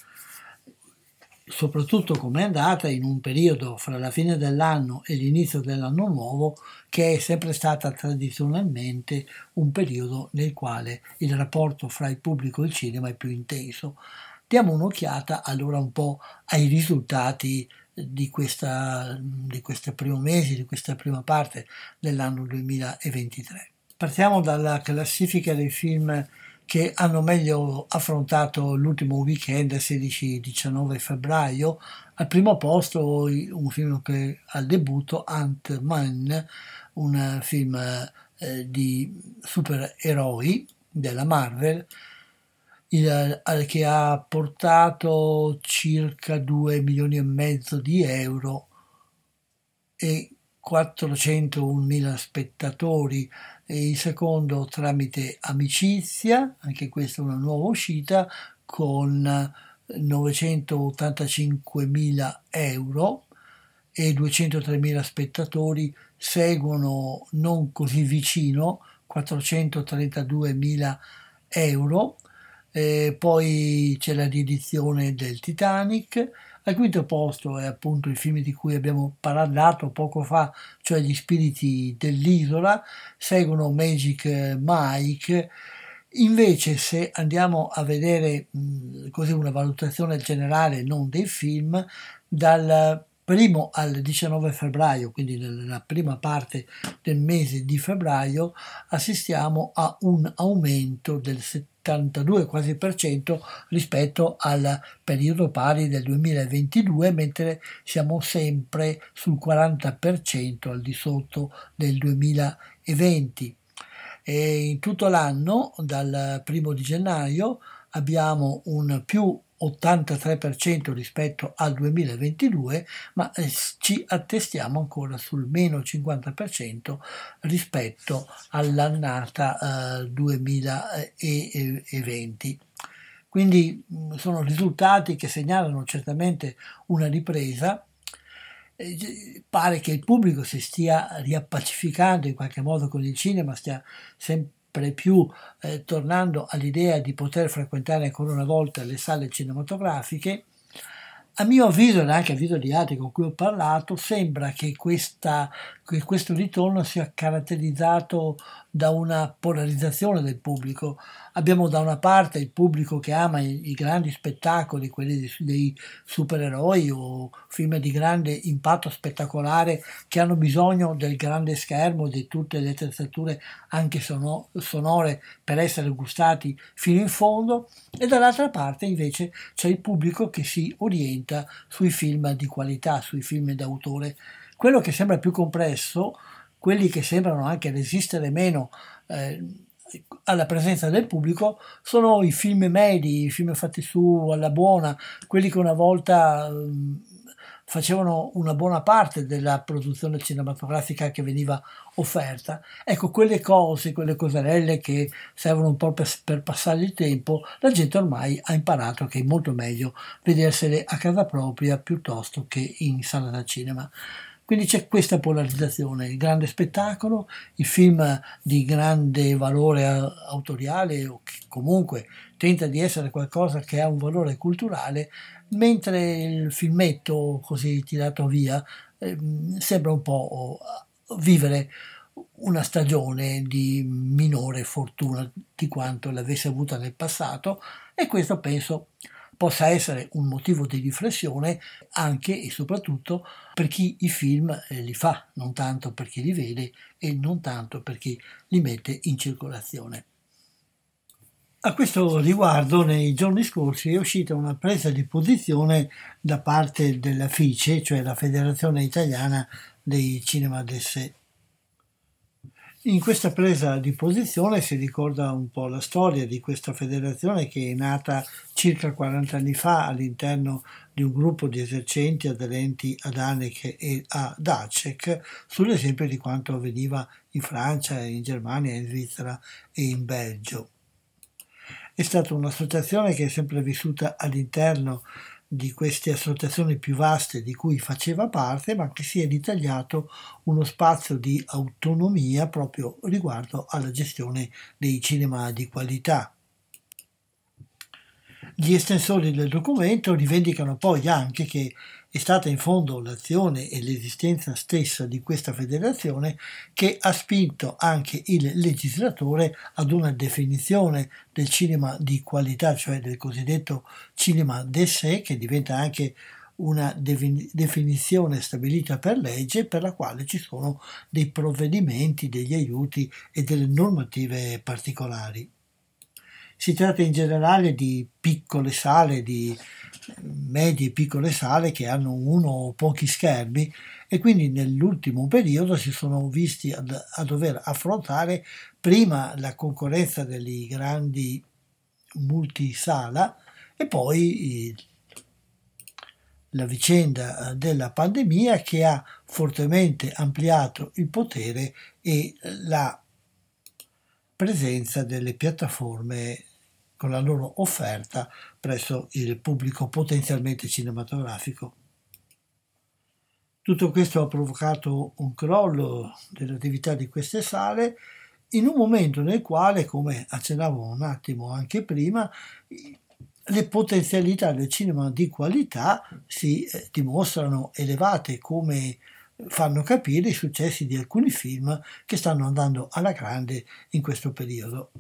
soprattutto come è andata in un periodo fra la fine dell'anno e l'inizio dell'anno nuovo, che è sempre stata tradizionalmente un periodo nel quale il rapporto fra il pubblico e il cinema è più intenso. Diamo un'occhiata allora un po' ai risultati di questa di questi primi mesi, di questa prima parte dell'anno duemilaventitré. Partiamo dalla classifica dei film che hanno meglio affrontato l'ultimo weekend, sedici diciannove febbraio. Al primo posto un film che al debutto, Ant-Man, un film eh, di supereroi della Marvel, il, che ha portato circa due milioni e mezzo di euro e quattrocentomila spettatori. E il secondo tramite Amicizia, anche questa è una nuova uscita, con novecentottantacinquemila euro e duecentotremila spettatori. Seguono non così vicino quattrocentotrentaduemila euro. E poi c'è la riedizione del Titanic. Al quinto posto è appunto il film di cui abbiamo parlato poco fa, cioè Gli spiriti dell'isola. Seguono Magic Mike. Invece, se andiamo a vedere mh, così una valutazione generale non dei film, dal primo al diciannove febbraio, quindi nella prima parte del mese di febbraio, assistiamo a un aumento del settantadue quasi per cento rispetto al periodo pari del duemilaventidue, mentre siamo sempre sul quaranta per cento al di sotto del duemilaventi. E in tutto l'anno, dal primo di gennaio, abbiamo un più ottantatré per cento rispetto al duemilaventidue, ma eh, ci attestiamo ancora sul meno cinquanta per cento rispetto all'annata eh, duemilaventi. Quindi mh, sono risultati che segnalano certamente una ripresa. Eh, pare che il pubblico si stia riappacificando in qualche modo con il cinema, stia sempre più eh, tornando all'idea di poter frequentare ancora una volta le sale cinematografiche. A mio avviso, e anche a avviso di altri con cui ho parlato, sembra che, questa, che questo ritorno sia caratterizzato da una polarizzazione del pubblico. Abbiamo da una parte il pubblico che ama i, i grandi spettacoli, quelli dei, dei supereroi o film di grande impatto spettacolare, che hanno bisogno del grande schermo, di tutte le attrezzature anche sono, sonore per essere gustati fino in fondo, e dall'altra parte invece c'è il pubblico che si orienta sui film di qualità, sui film d'autore. Quello che sembra più complesso, quelli che sembrano anche resistere meno eh, alla presenza del pubblico, sono i film medi, i film fatti su alla buona, quelli che una volta eh, facevano una buona parte della produzione cinematografica che veniva offerta. Ecco, quelle cose, quelle coserelle che servono un po' per, per passare il tempo, la gente ormai ha imparato che è molto meglio vedersele a casa propria piuttosto che in sala da cinema. Quindi c'è questa polarizzazione, il grande spettacolo, il film di grande valore autoriale o che comunque tenta di essere qualcosa che ha un valore culturale, mentre il filmetto così tirato via eh, sembra un po' vivere una stagione di minore fortuna di quanto l'avesse avuta nel passato, e questo penso possa essere un motivo di riflessione anche e soprattutto per chi i film eh, li fa, non tanto per chi li vede e non tanto per chi li mette in circolazione. A questo riguardo, nei giorni scorsi è uscita una presa di posizione da parte della FICE, cioè la Federazione Italiana dei Cinema d'Essai. In questa presa di posizione si ricorda un po' la storia di questa federazione, che è nata circa quaranta anni fa all'interno di un gruppo di esercenti aderenti ad ANEC e ad ACEC, sull'esempio di quanto avveniva in Francia, in Germania, in Svizzera e in Belgio. È stata un'associazione che è sempre vissuta all'interno di queste associazioni più vaste di cui faceva parte, ma che si è ritagliato uno spazio di autonomia proprio riguardo alla gestione dei cinema di qualità. Gli estensori del documento rivendicano poi anche che è stata in fondo l'azione e l'esistenza stessa di questa federazione che ha spinto anche il legislatore ad una definizione del cinema di qualità, cioè del cosiddetto cinema d'essai, che diventa anche una definizione stabilita per legge, per la quale ci sono dei provvedimenti, degli aiuti e delle normative particolari. Si tratta in generale di piccole sale, di medie e piccole sale che hanno uno o pochi schermi e quindi nell'ultimo periodo si sono visti a, a dover affrontare prima la concorrenza delle grandi multisala e poi eh, la vicenda della pandemia che ha fortemente ampliato il potere e la presenza delle piattaforme con la loro offerta presso il pubblico potenzialmente cinematografico. Tutto questo ha provocato un crollo dell'attività di queste sale in un momento nel quale, come accennavo un attimo anche prima, le potenzialità del cinema di qualità si eh, dimostrano elevate, come fanno capire i successi di alcuni film che stanno andando alla grande in questo periodo.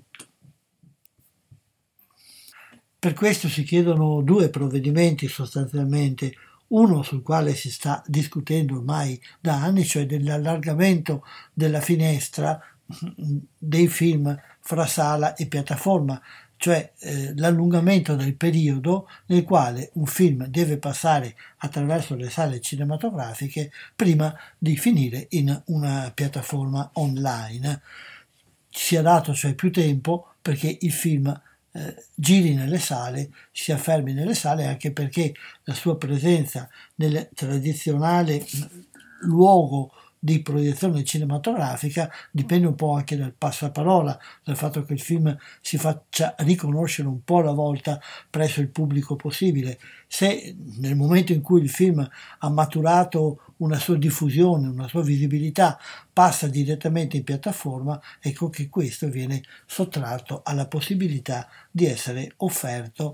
Per questo si chiedono due provvedimenti sostanzialmente, uno sul quale si sta discutendo ormai da anni, cioè dell'allargamento della finestra dei film fra sala e piattaforma, cioè eh, l'allungamento del periodo nel quale un film deve passare attraverso le sale cinematografiche prima di finire in una piattaforma online. Ci sia dato cioè più tempo perché il film Eh, giri nelle sale, si affermi nelle sale, anche perché la sua presenza nel tradizionale luogo di proiezione cinematografica dipende un po' anche dal passaparola, dal fatto che il film si faccia riconoscere un po' alla volta presso il pubblico possibile. Se nel momento in cui il film ha maturato una sua diffusione, una sua visibilità, passa direttamente in piattaforma, ecco che questo viene sottratto alla possibilità di essere offerto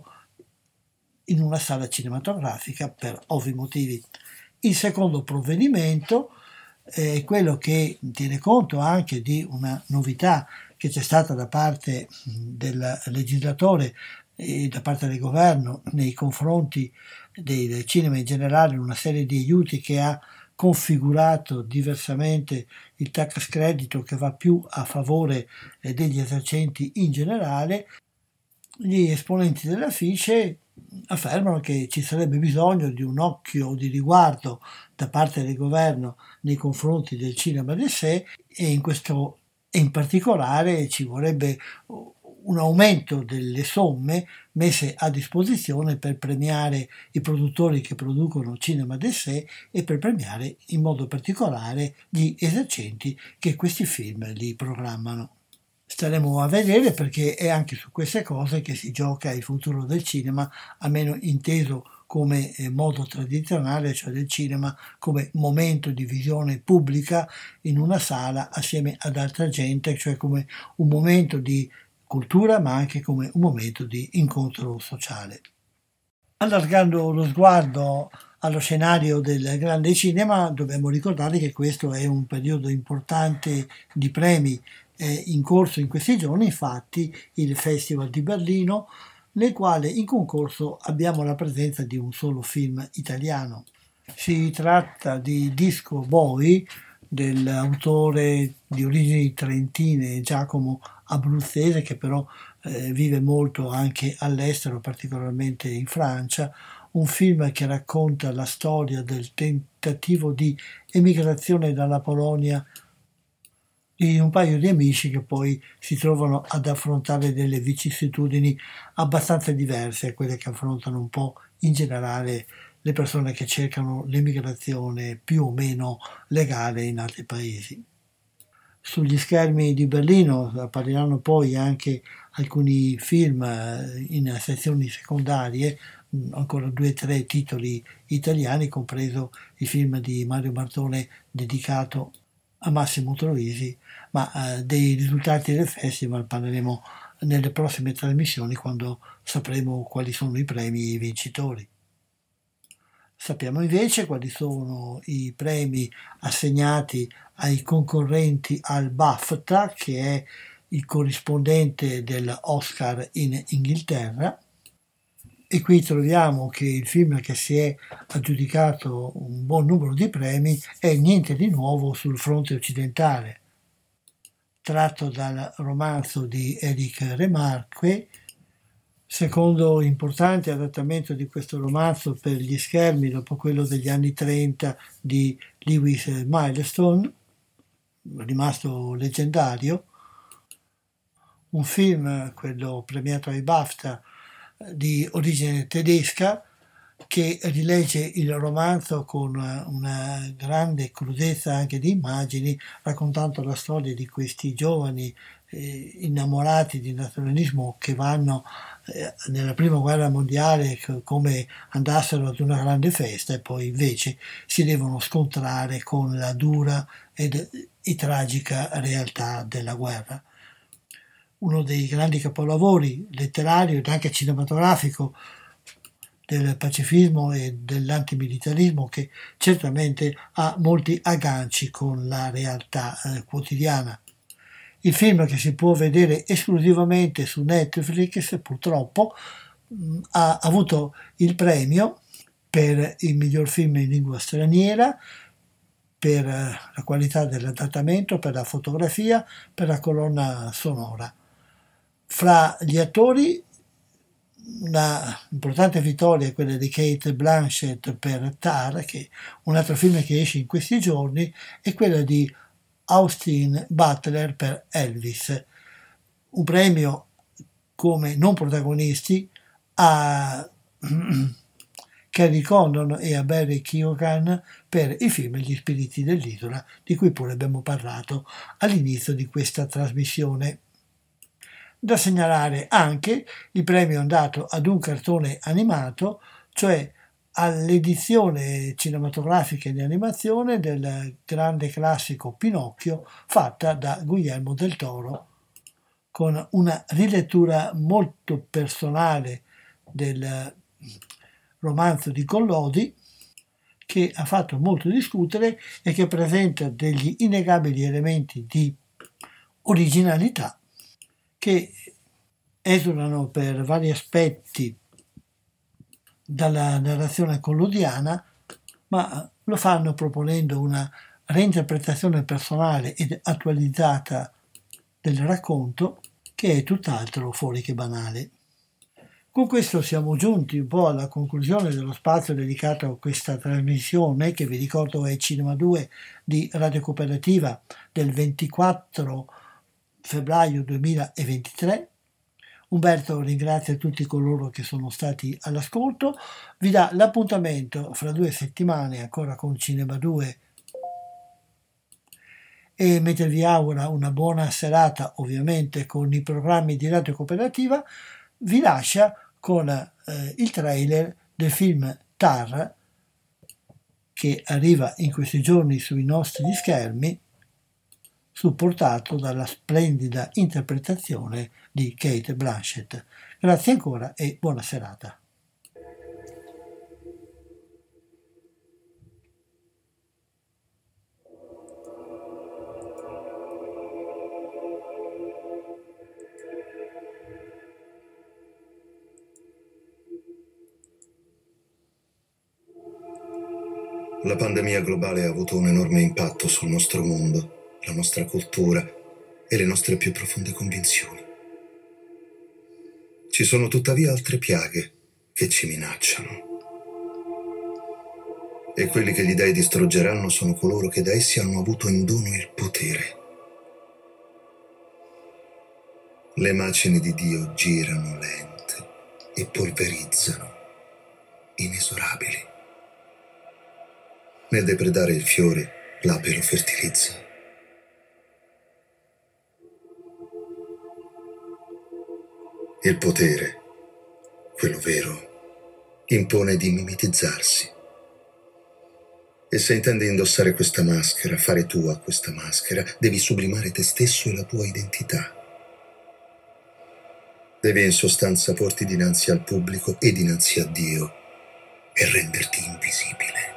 in una sala cinematografica per ovvi motivi. Il secondo provvedimento è quello che tiene conto anche di una novità che c'è stata da parte del legislatore e da parte del governo nei confronti del cinema in generale, una serie di aiuti che ha configurato diversamente il tax credito che va più a favore degli esercenti in generale. Gli esponenti della FICE affermano che ci sarebbe bisogno di un occhio di riguardo da parte del governo nei confronti del cinema d'essai e in questo e in particolare ci vorrebbe un aumento delle somme messe a disposizione per premiare i produttori che producono cinema d'essai e per premiare in modo particolare gli esercenti che questi film li programmano. Staremo a vedere, perché è anche su queste cose che si gioca il futuro del cinema, almeno inteso come modo tradizionale, cioè del cinema come momento di visione pubblica in una sala assieme ad altra gente, cioè come un momento di cultura ma anche come un momento di incontro sociale. Allargando lo sguardo allo scenario del grande cinema, dobbiamo ricordare che questo è un periodo importante di premi. È in corso in questi giorni infatti il Festival di Berlino, nel quale in concorso abbiamo la presenza di un solo film italiano. Si tratta di Disco Boy dell'autore di origini trentine Giacomo Abruzzese, che però eh, vive molto anche all'estero, particolarmente in Francia, un film che racconta la storia del tentativo di emigrazione dalla Polonia di un paio di amici che poi si trovano ad affrontare delle vicissitudini abbastanza diverse a quelle che affrontano un po' in generale le persone che cercano l'emigrazione più o meno legale in altri paesi. sugli schermi di Berlino. Appariranno poi anche alcuni film in sezioni secondarie, ancora due o tre titoli italiani, compreso il film di Mario Martone dedicato a Massimo Troisi, ma eh, dei risultati del festival parleremo nelle prossime trasmissioni, quando sapremo quali sono i premi e i vincitori. Sappiamo invece quali sono i premi assegnati ai concorrenti al BAFTA, che è il corrispondente dell'Oscar in Inghilterra, e qui troviamo che il film che si è aggiudicato un buon numero di premi è Niente di nuovo sul fronte occidentale, tratto dal romanzo di Éric Remarque, secondo importante adattamento di questo romanzo per gli schermi dopo quello degli anni trenta di Lewis Milestone, rimasto leggendario. Un film, quello premiato ai BAFTA, di origine tedesca, che rilegge il romanzo con una grande crudezza anche di immagini, raccontando la storia di questi giovani eh, innamorati di nazionalismo che vanno eh, nella prima guerra mondiale come andassero ad una grande festa, e poi invece si devono scontrare con la dura ed e tragica realtà della guerra. Uno dei grandi capolavori letterario ed anche cinematografico del pacifismo e dell'antimilitarismo, che certamente ha molti agganci con la realtà eh, quotidiana. Il film, che si può vedere esclusivamente su Netflix, purtroppo mh, ha avuto il premio per il miglior film in lingua straniera, per la qualità dell'adattamento, per la fotografia, per la colonna sonora. Fra gli attori una importante vittoria è quella di Cate Blanchett per Tar, che è un altro film che esce in questi giorni, e quella di Austin Butler per Elvis. Un premio come non protagonisti a Kerry Condon e a Barry Keoghan per il film Gli spiriti dell'isola, di cui pure abbiamo parlato all'inizio di questa trasmissione. Da segnalare anche il premio andato ad un cartone animato, cioè all'edizione cinematografica di animazione del grande classico Pinocchio, fatta da Guillermo del Toro, con una rilettura molto personale del romanzo di Collodi, che ha fatto molto discutere e che presenta degli innegabili elementi di originalità che esulano per vari aspetti dalla narrazione collodiana, ma lo fanno proponendo una reinterpretazione personale ed attualizzata del racconto, che è tutt'altro fuori che banale. Con questo siamo giunti un po' alla conclusione dello spazio dedicato a questa trasmissione, che vi ricordo è Cinema due di Radio Cooperativa del ventiquattro febbraio duemilaventitré. Umberto ringrazia tutti coloro che sono stati all'ascolto, vi dà l'appuntamento fra due settimane ancora con Cinema due, e mentre vi augura una buona serata ovviamente con i programmi di Radio Cooperativa, vi lascia con eh, il trailer del film Tar, che arriva in questi giorni sui nostri schermi, supportato dalla splendida interpretazione di Cate Blanchett. Grazie ancora e buona serata. La pandemia globale ha avuto un enorme impatto sul nostro mondo, la nostra cultura e le nostre più profonde convinzioni. Ci sono tuttavia altre piaghe che ci minacciano. E quelli che gli dei distruggeranno sono coloro che da essi hanno avuto in dono il potere. Le macine di Dio girano lente e polverizzano, inesorabili. Nel depredare il fiore, l'ape lo fertilizza. Il potere, quello vero, impone di mimetizzarsi. E se intendi indossare questa maschera, fare tua questa maschera, devi sublimare te stesso e la tua identità. Devi in sostanza porti dinanzi al pubblico e dinanzi a Dio e renderti invisibile.